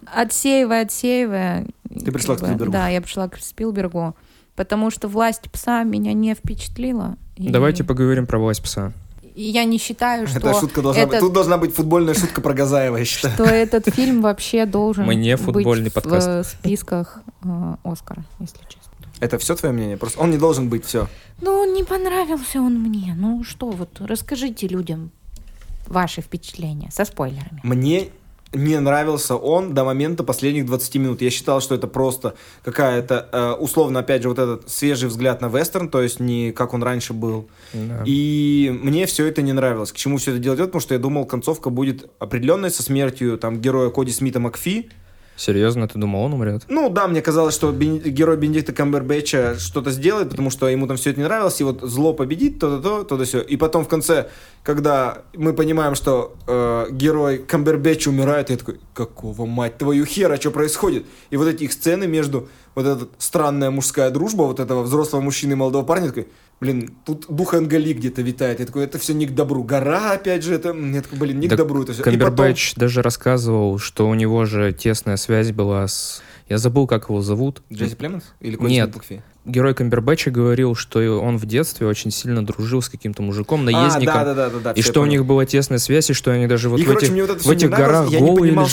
отсеивая... Ты пришла к Спилбергу. Да, я пришла к Спилбергу, потому что «Власть пса» меня не впечатлила. Давайте поговорим про «Власть пса». И я не считаю, что... Эта шутка должна быть... Тут должна быть футбольная шутка про Газаева, я считаю. Что этот фильм вообще должен Мы не футбольный быть подкаст. в списках Оскара, если честно. Это все твое мнение? Просто он не должен быть, все. Ну, не понравился он мне. Ну что, вот расскажите людям ваши впечатления со спойлерами. Мне не нравился он до момента последних 20 минут. Я считал, что это просто какая-то, условно, опять же, вот этот свежий взгляд на вестерн, то есть не как он раньше был. Да. И мне все это не нравилось. К чему все это дело идет? Потому что я думал, концовка будет определенной со смертью там героя Коди Смита Макфи. Серьезно, ты думал, он умрет? Ну да, мне казалось, что герой Бенедикта Камбербэтча что-то сделает, потому что ему там все это не нравилось, и вот зло победит, то-то все. И потом в конце, когда мы понимаем, что герой Камбербэтча умирает, я такой, какого, мать твою, хера, что происходит? И вот эти их сцены между, вот эта странная мужская дружба, вот этого взрослого мужчины и молодого парня, такой, блин, тут дух Энгали где-то витает. Я такой, это все не к добру. Гора, опять же, это... Я такой, блин, не к добру это все. Камбербэтч даже рассказывал, что у него же тесная связь была с... Я забыл, как его зовут. Джесси Племенс? Или Нет. Герой Камбербэтча говорил, что он в детстве очень сильно дружил с каким-то мужиком, наездником. Да. И что у них была тесная связь, и что они даже вот в этих горах я голые не понимал,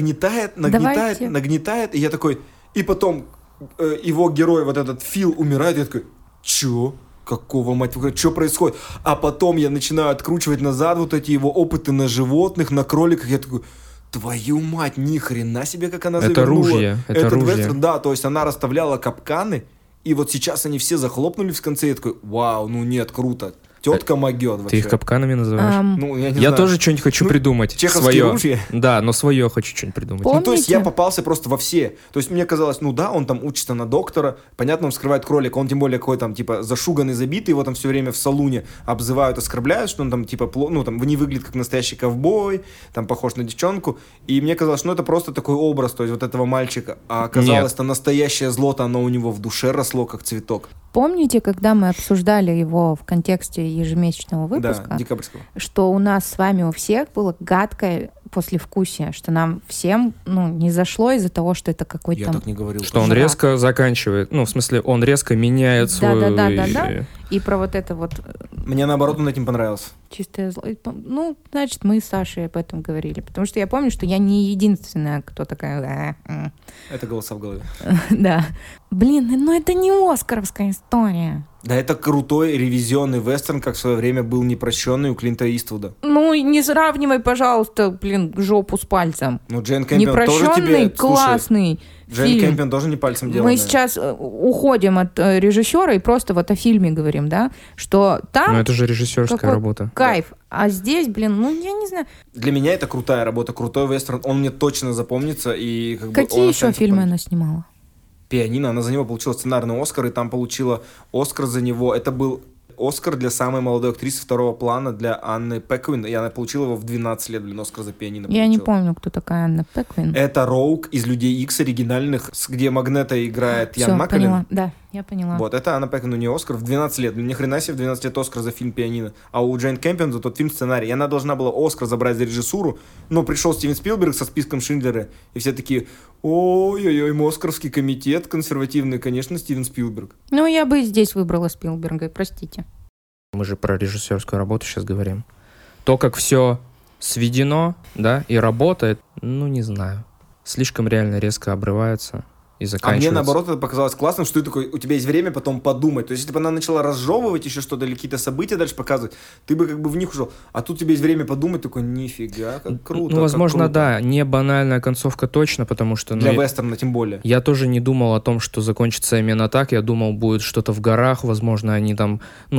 лежали. что нагнетает, и я такой... И потом его герой, вот этот Фил, умирает, и я такой, чё? Какого, мать, что происходит? А потом я начинаю откручивать назад вот эти его опыты на животных, на кроликах. Я такой, твою мать, ни хрена себе, как она завернула. Это ружье. Вестерн, да, то есть она расставляла капканы, и вот сейчас они все захлопнулись в конце. Я такой, вау, ну нет, круто. Тетка могет вообще. Ты их капканами называешь? Ну, я не я знаю. тоже что-нибудь хочу придумать. Чеховские ружья? Да, но свое хочу что-нибудь придумать. Помните? Ну, то есть я попался просто во все. То есть мне казалось, ну да, он там учится на доктора, понятно, он вскрывает кролика, он тем более какой там, типа, зашуганный, забитый, его там все время в салуне обзывают, оскорбляют, что он там, типа, ну там, не выглядит как настоящий ковбой, там, похож на девчонку. И мне казалось, ну это просто такой образ, то есть вот этого мальчика. А оказалось-то настоящее зло-то, оно у него в душе росло, как цветок. Помните, когда мы обсуждали его в контексте ежемесячного выпуска, да, декабрьского, что у нас с вами у всех было гадкое послевкусие, что нам всем не зашло из-за того, что это какой-то... Я так не говорил. Что он резко заканчивает, в смысле, он резко меняет свою... Да. И про вот это вот... Мне, наоборот, он этим понравился. Чистое зло. Ну, значит, мы с Сашей об этом говорили. Потому что я помню, что я не единственная, кто такая... Это голоса в голове. Да. Блин, ну это не оскаровская история. Да это крутой ревизионный вестерн, как в свое время был непрощенный у Клинта Иствуда. Ну, не сравнивай, пожалуйста, жопу с пальцем. Ну, Джейн Кэмпион тоже тебе... классный Джейн Кэмпион тоже не пальцем деланная. Мы сейчас уходим от режиссера и просто вот о фильме говорим, да, что там... Ну, это же режиссерская работа. Кайф. Да. А здесь, я не знаю. Для меня это крутая работа, крутой вестерн. Он мне точно запомнится. И какие еще фильмы она снимала? «Пианино». Она за него получила сценарный Оскар, и там получила Оскар за него. Это был Оскар для самой молодой актрисы второго плана для Анны Пеквин. И она получила его в 12 лет, Оскар за «Пианино». Я не помню, кто такая Анна Пеквин. Это Роук из «Людей Икс» оригинальных, где Магнета играет Ян Маккеллен. Поняла. Да, я поняла. Вот, это Анна Пеквин, у нее Оскар в 12 лет. Ни хрена себе, в 12 лет Оскар за фильм «Пианино». А у Джейн Кэмпион за тот фильм сценарий. И она должна была Оскар забрать за режиссуру, но пришел Стивен Спилберг со списком Шиндлера, и все такие: ой-ой-ой, Оскаровский комитет консервативный, конечно, Стивен Спилберг. Ну, я бы здесь выбрала Спилберга, простите. Мы же про режиссерскую работу сейчас говорим. То, как все сведено, да, и работает, не знаю. Слишком реально резко обрывается и заканчивается. А мне, наоборот, это показалось классным, что ты такой, у тебя есть время потом подумать. То есть, если бы она начала разжевывать еще что-то или какие-то события дальше показывать, ты бы как бы в них ушел. А тут у тебя есть время подумать, такой, нифига, как круто. Возможно, круто. Да, не банальная концовка точно, потому что... Для вестерна тем более. Я тоже не думал о том, что закончится именно так. Я думал, будет что-то в горах, возможно, они там,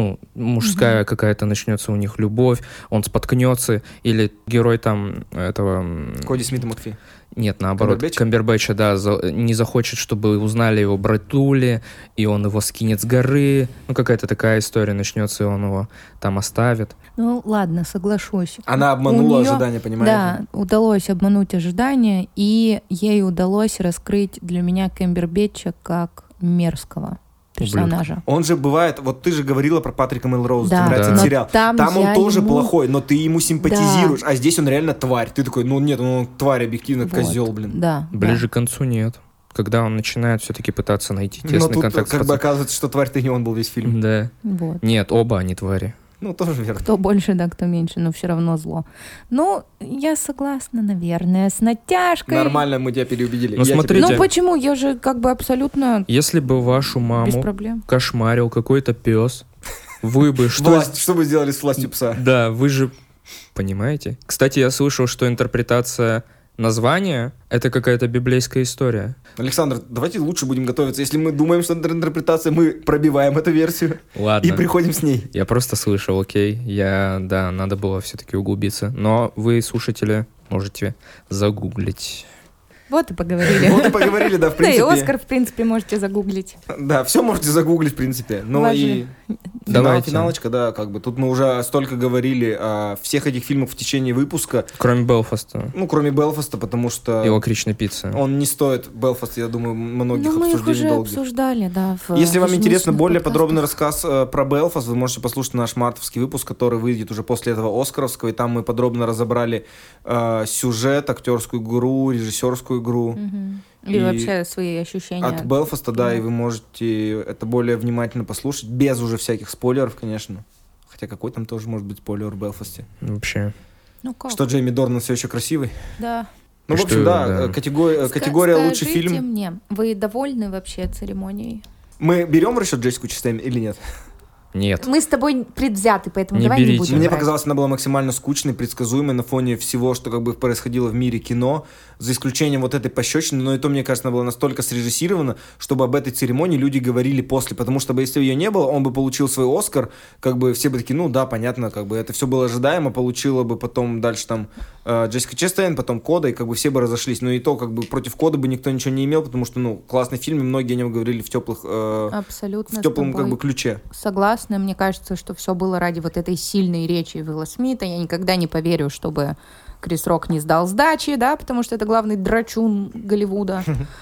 мужская какая-то начнется у них любовь, он споткнется, или герой там этого... Коди Смита Макфи. Нет, наоборот, Камбербэтча, да, не захочет, чтобы узнали его братули, и он его скинет с горы. Какая-то такая история начнется, и он его там оставит. Ну, ладно, соглашусь. Она обманула ожидания, понимаете? Да, удалось обмануть ожидания, и ей удалось раскрыть для меня Камбербэтча как мерзкого персонажа. Он же бывает, вот ты же говорила про Патрика Мелроуза, да, тебе нравится этот сериал. Там он тоже ему... плохой, но ты ему симпатизируешь, а здесь он реально тварь. Ты такой, нет, он тварь, объективно, козел, блин. Да. Ближе к концу нет. Когда он начинает все-таки пытаться найти тесный контакт. Как бы оказывается, что тварь-то не он был весь фильм. Да. Вот. Нет, оба они твари. Тоже верно. Кто больше, да, кто меньше, но все равно зло. Я согласна, наверное, с натяжкой. Нормально, мы тебя переубедили. Смотрите. Почему? Я же как бы абсолютно... Если бы вашу маму без проблем кошмарил какой-то пес, вы бы... Что бы сделали с властью пса? Да, вы же... Понимаете? Кстати, я слышал, что интерпретация названия — это какая-то библейская история. Александр, давайте лучше будем готовиться. Если мы думаем, что это интерпретация, мы пробиваем эту версию. Ладно. И приходим с ней. Я просто слышал, окей. Надо было все-таки углубиться. Но вы, слушатели, можете загуглить. Вот и поговорили. Вот и поговорили, да, в Да, и принципе. Оскар, в принципе, можете загуглить. Да, все можете загуглить, в принципе. Ну Важно. и Давайте. финалочка, да, как бы. Тут мы уже столько говорили о всех этих фильмах в течение выпуска. Кроме Белфаста. Ну, кроме Белфаста, потому что И лакричной пиццы. он не стоит. Белфаст, я думаю, многих Ну, мы их обсуждений уже долгих. обсуждали, да. Если вам интересно ежемесячных более подкастах. подробный рассказ про Белфаст, вы можете послушать наш мартовский выпуск, который выйдет уже после этого Оскаровского, и там мы подробно разобрали сюжет, актерскую игру, режиссерскую игру. Мгм. И И вообще свои ощущения. От Белфаста, да, кино. и вы можете это более внимательно послушать, без уже всяких спойлеров, конечно. Хотя какой там тоже может быть спойлер в Белфасте. Вообще. Ну как? Что Джейми Дорнан все еще красивый. Да. Ну, в Что, общем, да, да. категория лучший Скажите фильм. мне, вы довольны вообще церемонией? Мы берем в расчет Джессику Честейн или нет? Нет. Мы с тобой предвзяты, поэтому Не давай не берите. будем Мне брать. показалось, она была максимально скучной, предсказуемой на фоне всего, что как бы происходило в мире кино, за исключением вот этой пощечины, но и то, мне кажется, она была настолько срежиссирована, чтобы об этой церемонии люди говорили после, потому что если ее не было, он бы получил свой Оскар, как бы все бы такие, ну да, понятно, как бы это все было ожидаемо, получила бы потом дальше там Джессика Честейн, потом Кода, и как бы все бы разошлись, но и то, как бы против Кода бы никто ничего не имел, потому что, ну, классный фильм, и многие о нем говорили в теплых, Абсолютно в с теплом тобой как бы ключе. согласна. Мне кажется, что все было ради вот этой сильной речи Уилла Смита. Я никогда не поверю, чтобы Крис Рок не сдал сдачи, да, потому что это главный драчун Голливуда.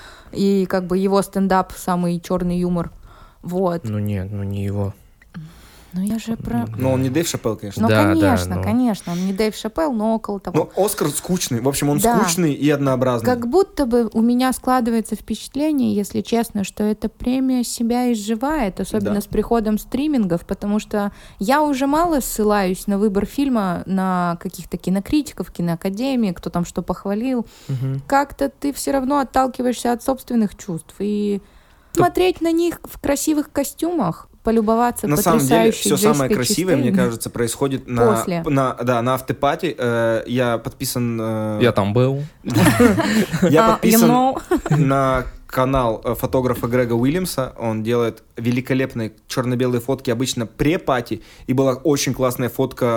И как бы его стендап самый черный юмор. Вот. Ну нет, ну не его. Ну я же про... Но он не Дэйв Шапелл, конечно. Ну, Да, конечно, да, ну. конечно. Он не Дэйв Шапелл, но около того. Но Оскар скучный. В общем, он Да. скучный и однообразный. Как будто бы у меня складывается впечатление, если честно, что эта премия себя изживает, особенно Да. с приходом стримингов, потому что я уже мало ссылаюсь на выбор фильма, на каких-то кинокритиков, киноакадемии, кто там что похвалил. Мгм. Как-то ты все равно отталкиваешься от собственных чувств. И смотреть на них в красивых костюмах, полюбоваться На самом деле, потрясающей все самое Джессикой красивое, мне Честейн. кажется, происходит на, После. на автопати. Я подписан... Я там был. Я You подписан know. на канал фотографа Грега Уильямса. Он делает великолепные черно-белые фотки, обычно пре-пати. И была очень классная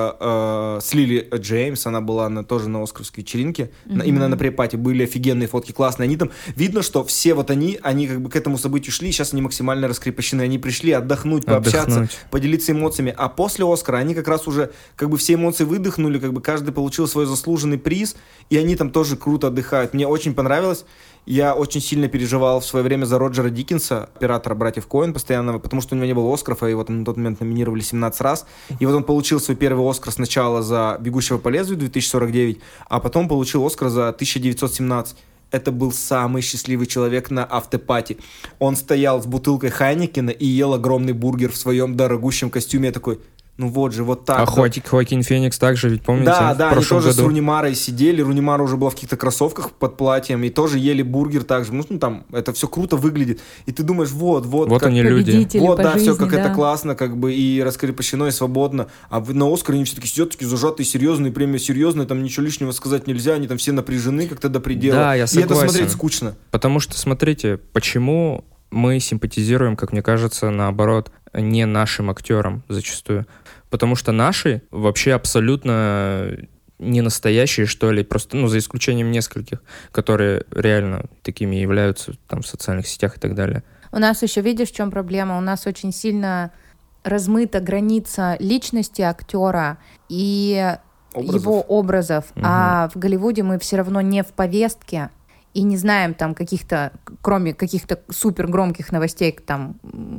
фотка с Лили Джеймс. Она была тоже на оскаровской вечеринке. Именно на пре-пати были офигенные фотки, классные. Они там... Видно, что все вот они как бы к этому событию шли. Сейчас они максимально раскрепощены. Они пришли отдохнуть, пообщаться, Отдохнуть. поделиться эмоциями. А после Оскара они как раз уже как бы все эмоции выдохнули, как бы каждый получил свой заслуженный приз. И они там тоже круто отдыхают. Мне очень понравилось. Я очень сильно переживал в свое время за Роджера Диккенса, оператора «Братьев Коэн» постоянного, потому что у него не было Оскаров, а его там на тот момент номинировали 17 раз. И вот он получил свой первый Оскар сначала за «Бегущего по лезвию» 2049, а потом получил Оскар за 1917. Это был самый счастливый человек на автопати. Он стоял с бутылкой Хайнекена и ел огромный бургер в своем дорогущем костюме. Я такой... Ну вот же, вот так. А да. Хоакин Феникс также, ведь помните, Да, в да, они прошлом тоже с году? Рунимарой сидели. Рунимара уже была в каких-то кроссовках под платьем и тоже ели бургер также. Ну, там, это все круто выглядит. И ты думаешь, вот. Вот как- они люди. Победители Вот, по да, все жизни, как это да. классно, как бы и раскрепощено, и свободно. А на Оскаре они все таки сидят, такие зажатые, серьезные, премия серьезная, там ничего лишнего сказать нельзя, они там все напряжены как-то до предела. Да, я И это согласен. смотреть скучно. Потому что, смотрите, почему мы симпатизируем, как мне кажется, наоборот, не нашим актерам зачастую. Потому что наши вообще абсолютно не настоящие, что ли, просто, ну, за исключением нескольких, которые реально такими являются там в социальных сетях и так далее. У нас еще, видишь, в чем проблема? У нас очень сильно размыта граница личности актера и Образов. его образов. Мгм. А в Голливуде мы все равно не в повестке и не знаем там каких-то, кроме каких-то супер громких новостей, там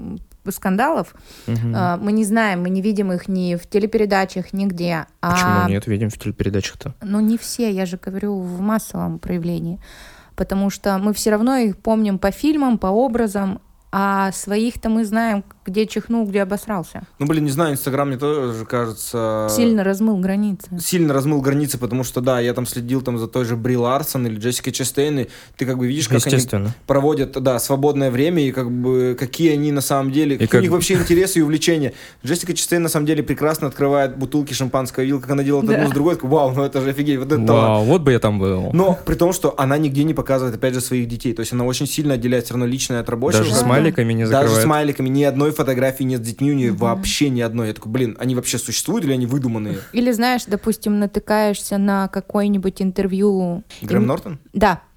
скандалов, Мгм. мы не знаем, мы не видим их ни в телепередачах, нигде. Почему нет? Видим в телепередачах-то. Ну, не все, я же говорю, в массовом проявлении. Потому что мы все равно их помним по фильмам, по образам, а своих-то мы знаем, где чихнул, где обосрался. Ну, блин, не знаю, Инстаграм мне тоже кажется... Сильно размыл границы. Сильно размыл границы, потому что, да, я там следил там за той же Бри Ларсон или Джессикой Честейн, и ты как бы видишь, как они Естественно. проводят, да, свободное время, и как бы какие они на самом деле, какие как- у них вообще интересы и увлечения. Джессика Честейн на самом деле прекрасно открывает бутылки шампанского, видел, как она делает Да. одну с другой, такой, вау, ну это же офигеть, вот это талант. Вау, вот бы я там был. Но при том, что она нигде не показывает, опять же, своих детей. То есть она очень сильно отделяет все равно личное от рабочего. Даже Да. смайликами не Даже закрывает. смайликами. Ни одной фотографии нет с детьми у нее, вообще ни одной. Я такой, блин, они вообще существуют или они выдуманные? Или, знаешь, допустим, натыкаешься на какое-нибудь интервью... Грэм Нортон? Да.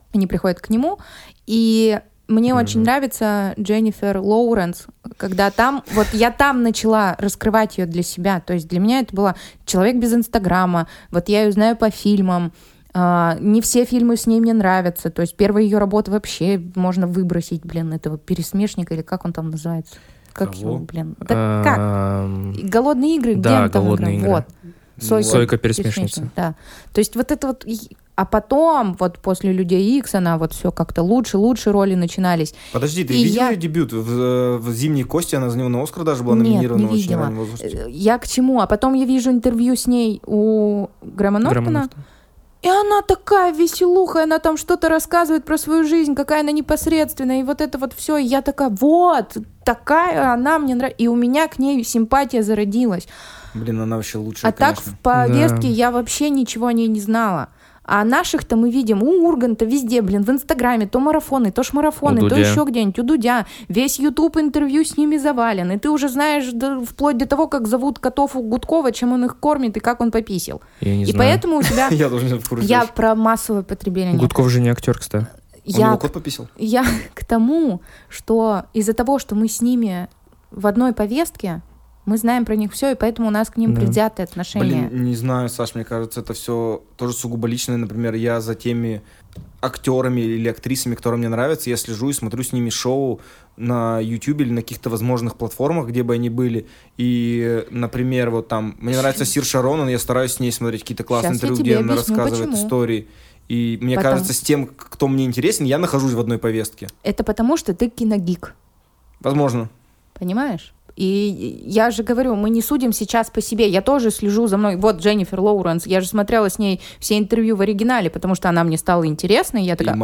они приходят к нему, и мне очень нравится Дженнифер Лоуренс, когда там, вот я там начала раскрывать ее для себя, то есть для меня это было человек без Инстаграма, вот я ее знаю по фильмам, не все фильмы с ней мне нравятся, то есть первая ее работа вообще можно выбросить, этого пересмешника, или как он там называется? Как его, Да как? «Голодные игры», где он там играл? Вот. Сойка-пересмешница. Да. То есть вот это вот... А потом, вот после «Людей Икс», она вот все как-то лучше роли начинались. Подожди, ты видела ее дебют? В «Зимней кости» она за него на «Оскар» даже была номинирована. Нет, не видела. Я к чему? А потом я вижу интервью с ней у Грэма Нортона. И она такая веселуха, она там что-то рассказывает про свою жизнь, какая она непосредственная, и вот это вот все. И я такая, вот, такая она мне нравится. И у меня к ней симпатия зародилась. Блин, она вообще лучшая, конечно. Так в повестке я вообще ничего о ней не знала. А наших-то мы видим у Урганта везде, в Инстаграме, то марафоны, то шмарафоны, то еще где-нибудь, у Дудя. Весь YouTube интервью с ними завален. И ты уже знаешь вплоть до того, как зовут котов у Гудкова, чем он их кормит и как он пописил. Я не знаю. Поэтому у тебя... Я должен в курсе. Я про массовое потребление. Гудков же не актер, кстати. У него кот пописал? Я к тому, что из-за того, что мы с ними в одной повестке, мы знаем про них все, и поэтому у нас к ним предвзятые отношения. Блин, не знаю, Саш, мне кажется, это все тоже сугубо личное. Например, я за теми актерами или актрисами, которые мне нравятся, я слежу и смотрю с ними шоу на YouTube или на каких-то возможных платформах, где бы они были. И, например, вот там, мне нравится Сир Шаронан, я стараюсь с ней смотреть какие-то классные интервью, где она рассказывает истории. И мне кажется, с тем, кто мне интересен, я нахожусь в одной повестке. Это потому, что ты киногик. Возможно. Понимаешь? И я же говорю, мы не судим сейчас по себе. Я тоже слежу за мной. Вот Дженнифер Лоуренс. Я же смотрела с ней все интервью в оригинале, потому что она мне стала интересной. И я такая,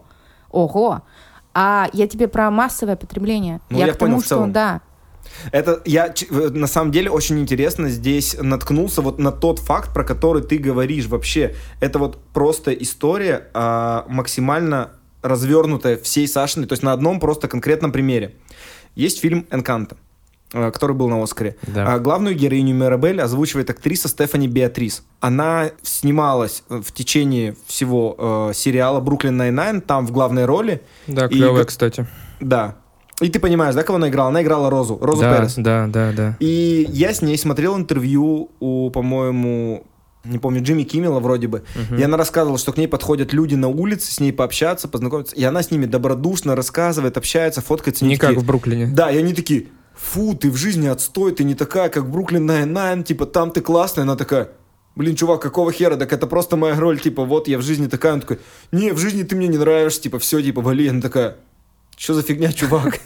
ого. А я тебе про массовое потребление. Я к тому, что да. Это я на самом деле очень интересно здесь наткнулся вот на тот факт, про который ты говоришь вообще. Это вот просто история максимально развернутая всей Сашиной, то есть на одном просто конкретном примере. Есть фильм «Энканто», который был на «Оскаре». Да. Главную героиню Мирабель озвучивает актриса Стефани Беатрис. Она снималась в течение всего сериала «Бруклин Найн-Найн», там в главной роли. Да, клевая, кстати. Да. И ты понимаешь, да, кого она играла? Она играла Розу Перес. Да. И я с ней смотрел интервью у, по-моему, не помню, Джимми Киммела вроде бы. И она рассказывала, что к ней подходят люди на улице, с ней пообщаться, познакомиться. И она с ними добродушно рассказывает, общается, фоткается. Не как в Бруклине. Да, и они такие, фу, ты в жизни отстой, ты не такая, как в Бруклин Найн-Найн, типа, там ты классная. Она такая, блин, чувак, какого хера, так это просто моя роль, типа, вот я в жизни такая. Он такой, не, в жизни ты мне не нравишься, типа, все, типа, вали. Она такая, что за фигня, чувак?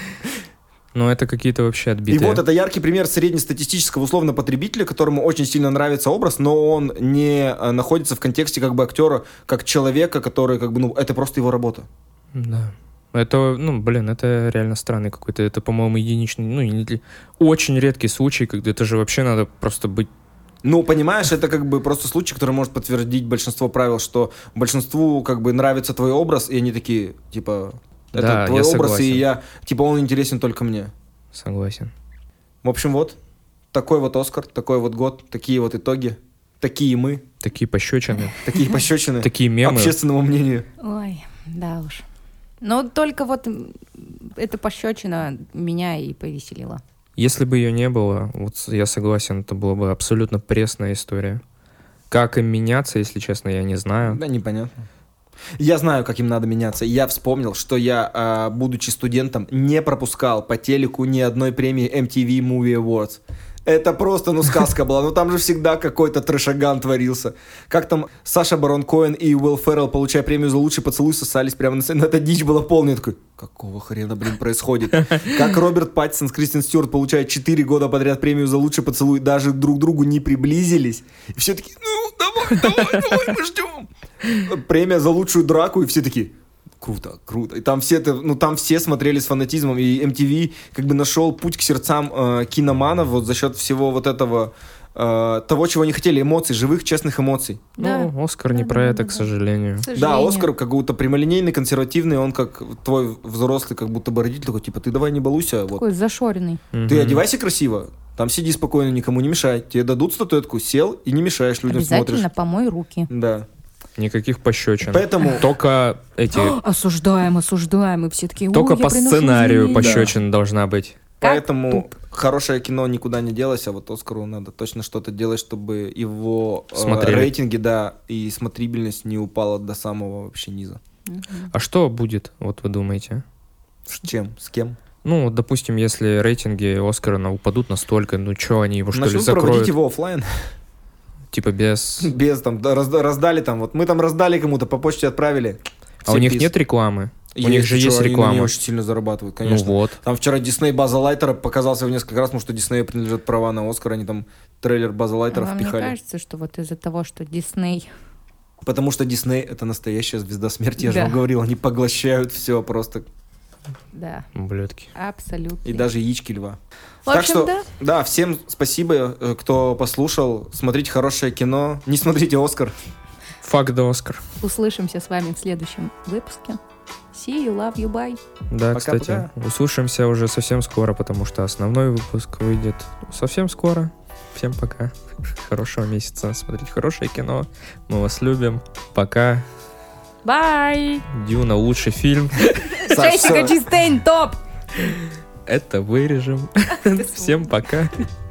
Ну, это какие-то вообще отбитые. И вот это яркий пример среднестатистического условно потребителя, которому очень сильно нравится образ, но он не находится в контексте как бы актера, как человека, который как бы, ну, это просто его работа. Да. Это, это реально странный какой-то, это, по-моему, единичный, очень редкий случай, когда это же вообще надо просто быть. Ну, понимаешь, это как бы просто случай, который может подтвердить большинство правил, что большинству как бы нравится твой образ, и они такие, типа... Это да, твой образ, согласен. И я, типа, он интересен только мне. Согласен. В общем, вот. Такой вот Оскар, такой вот год, такие вот итоги. Такие мы. Такие пощечины. Такие пощечины. Такие мемы. Общественному мнению. Ой, да уж. Но только вот эта пощечина меня и повеселила. Если бы ее не было, вот я согласен, это была бы абсолютно пресная история. Как им меняться, если честно, я не знаю. Да, непонятно. Я знаю, как им надо меняться. Я вспомнил, что я, будучи студентом, не пропускал по телеку ни одной премии MTV Movie Awards. Это просто, сказка была. Но там же всегда какой-то трэшаган творился. Как там Саша Барон Коэн и Уилл Феррелл, получая премию за лучший поцелуй, сосались прямо на сцене. Это дичь была полная. Я такой, какого хрена, происходит? Как Роберт Паттинсон с Кристен Стюарт получают 4 года подряд премию за лучший поцелуй, даже друг к другу не приблизились. И все такие, давай, мы ждем. Премия за лучшую драку, и все такие... Круто. И там все смотрели с фанатизмом, и MTV как бы нашел путь к сердцам киноманов вот за счет всего вот этого, того, чего они хотели, эмоций, живых, честных эмоций. Да. Ну, Оскар не про это, к сожалению. Да, Оскар как будто прямолинейный, консервативный, он как твой взрослый, как будто бы родитель такой, типа, ты давай не балуйся. Такой зашоренный. Ты одевайся красиво, там сиди спокойно, никому не мешай. Тебе дадут статуэтку, сел и не мешаешь людям, обязательно смотришь. Помой руки. Да. Никаких пощечин. Поэтому... Только эти... Осуждаем, и все такие... Только по сценарию извинения. пощечина должна быть. Поэтому хорошее кино никуда не делось, а вот Оскару надо точно что-то делать, чтобы его рейтинги, да, и смотрибельность не упала до самого вообще низа. А что будет, вот вы думаете? С чем? С кем? Ну, допустим, если рейтинги Оскара упадут настолько, ну что, они его что ли Начнут закроют? проводить его оффлайн. Типа без... Без там, раздали там, вот мы там раздали кому-то, по почте отправили. А у них нет рекламы? У них же есть Они реклама. очень сильно зарабатывают, конечно. Ну вот. Там вчера Дисней База Лайтера показался в несколько раз, потому что Диснею принадлежат права на Оскар, они там трейлер База Лайтера Вам впихали. не кажется, что вот из-за того, что Дисней... Потому что Дисней — это настоящая звезда смерти, я же Да. вам говорил, они поглощают все просто, Да, Ублюдки. абсолютно. и даже яички льва. В общем, Так что, да. да, всем спасибо, кто послушал. Смотрите хорошее кино, не смотрите Оскар. Fuck the Oscar. Услышимся с вами в следующем выпуске. See you, love you, bye. Да, Пока-пока. кстати, услышимся уже совсем скоро, потому что основной выпуск выйдет совсем скоро. Всем пока. Хорошего месяца. Смотрите хорошее кино. Мы вас любим. Пока. Bye. Дюна лучший фильм. Саш, Джессика всё. Честейн топ. Это вырежем. Всем пока.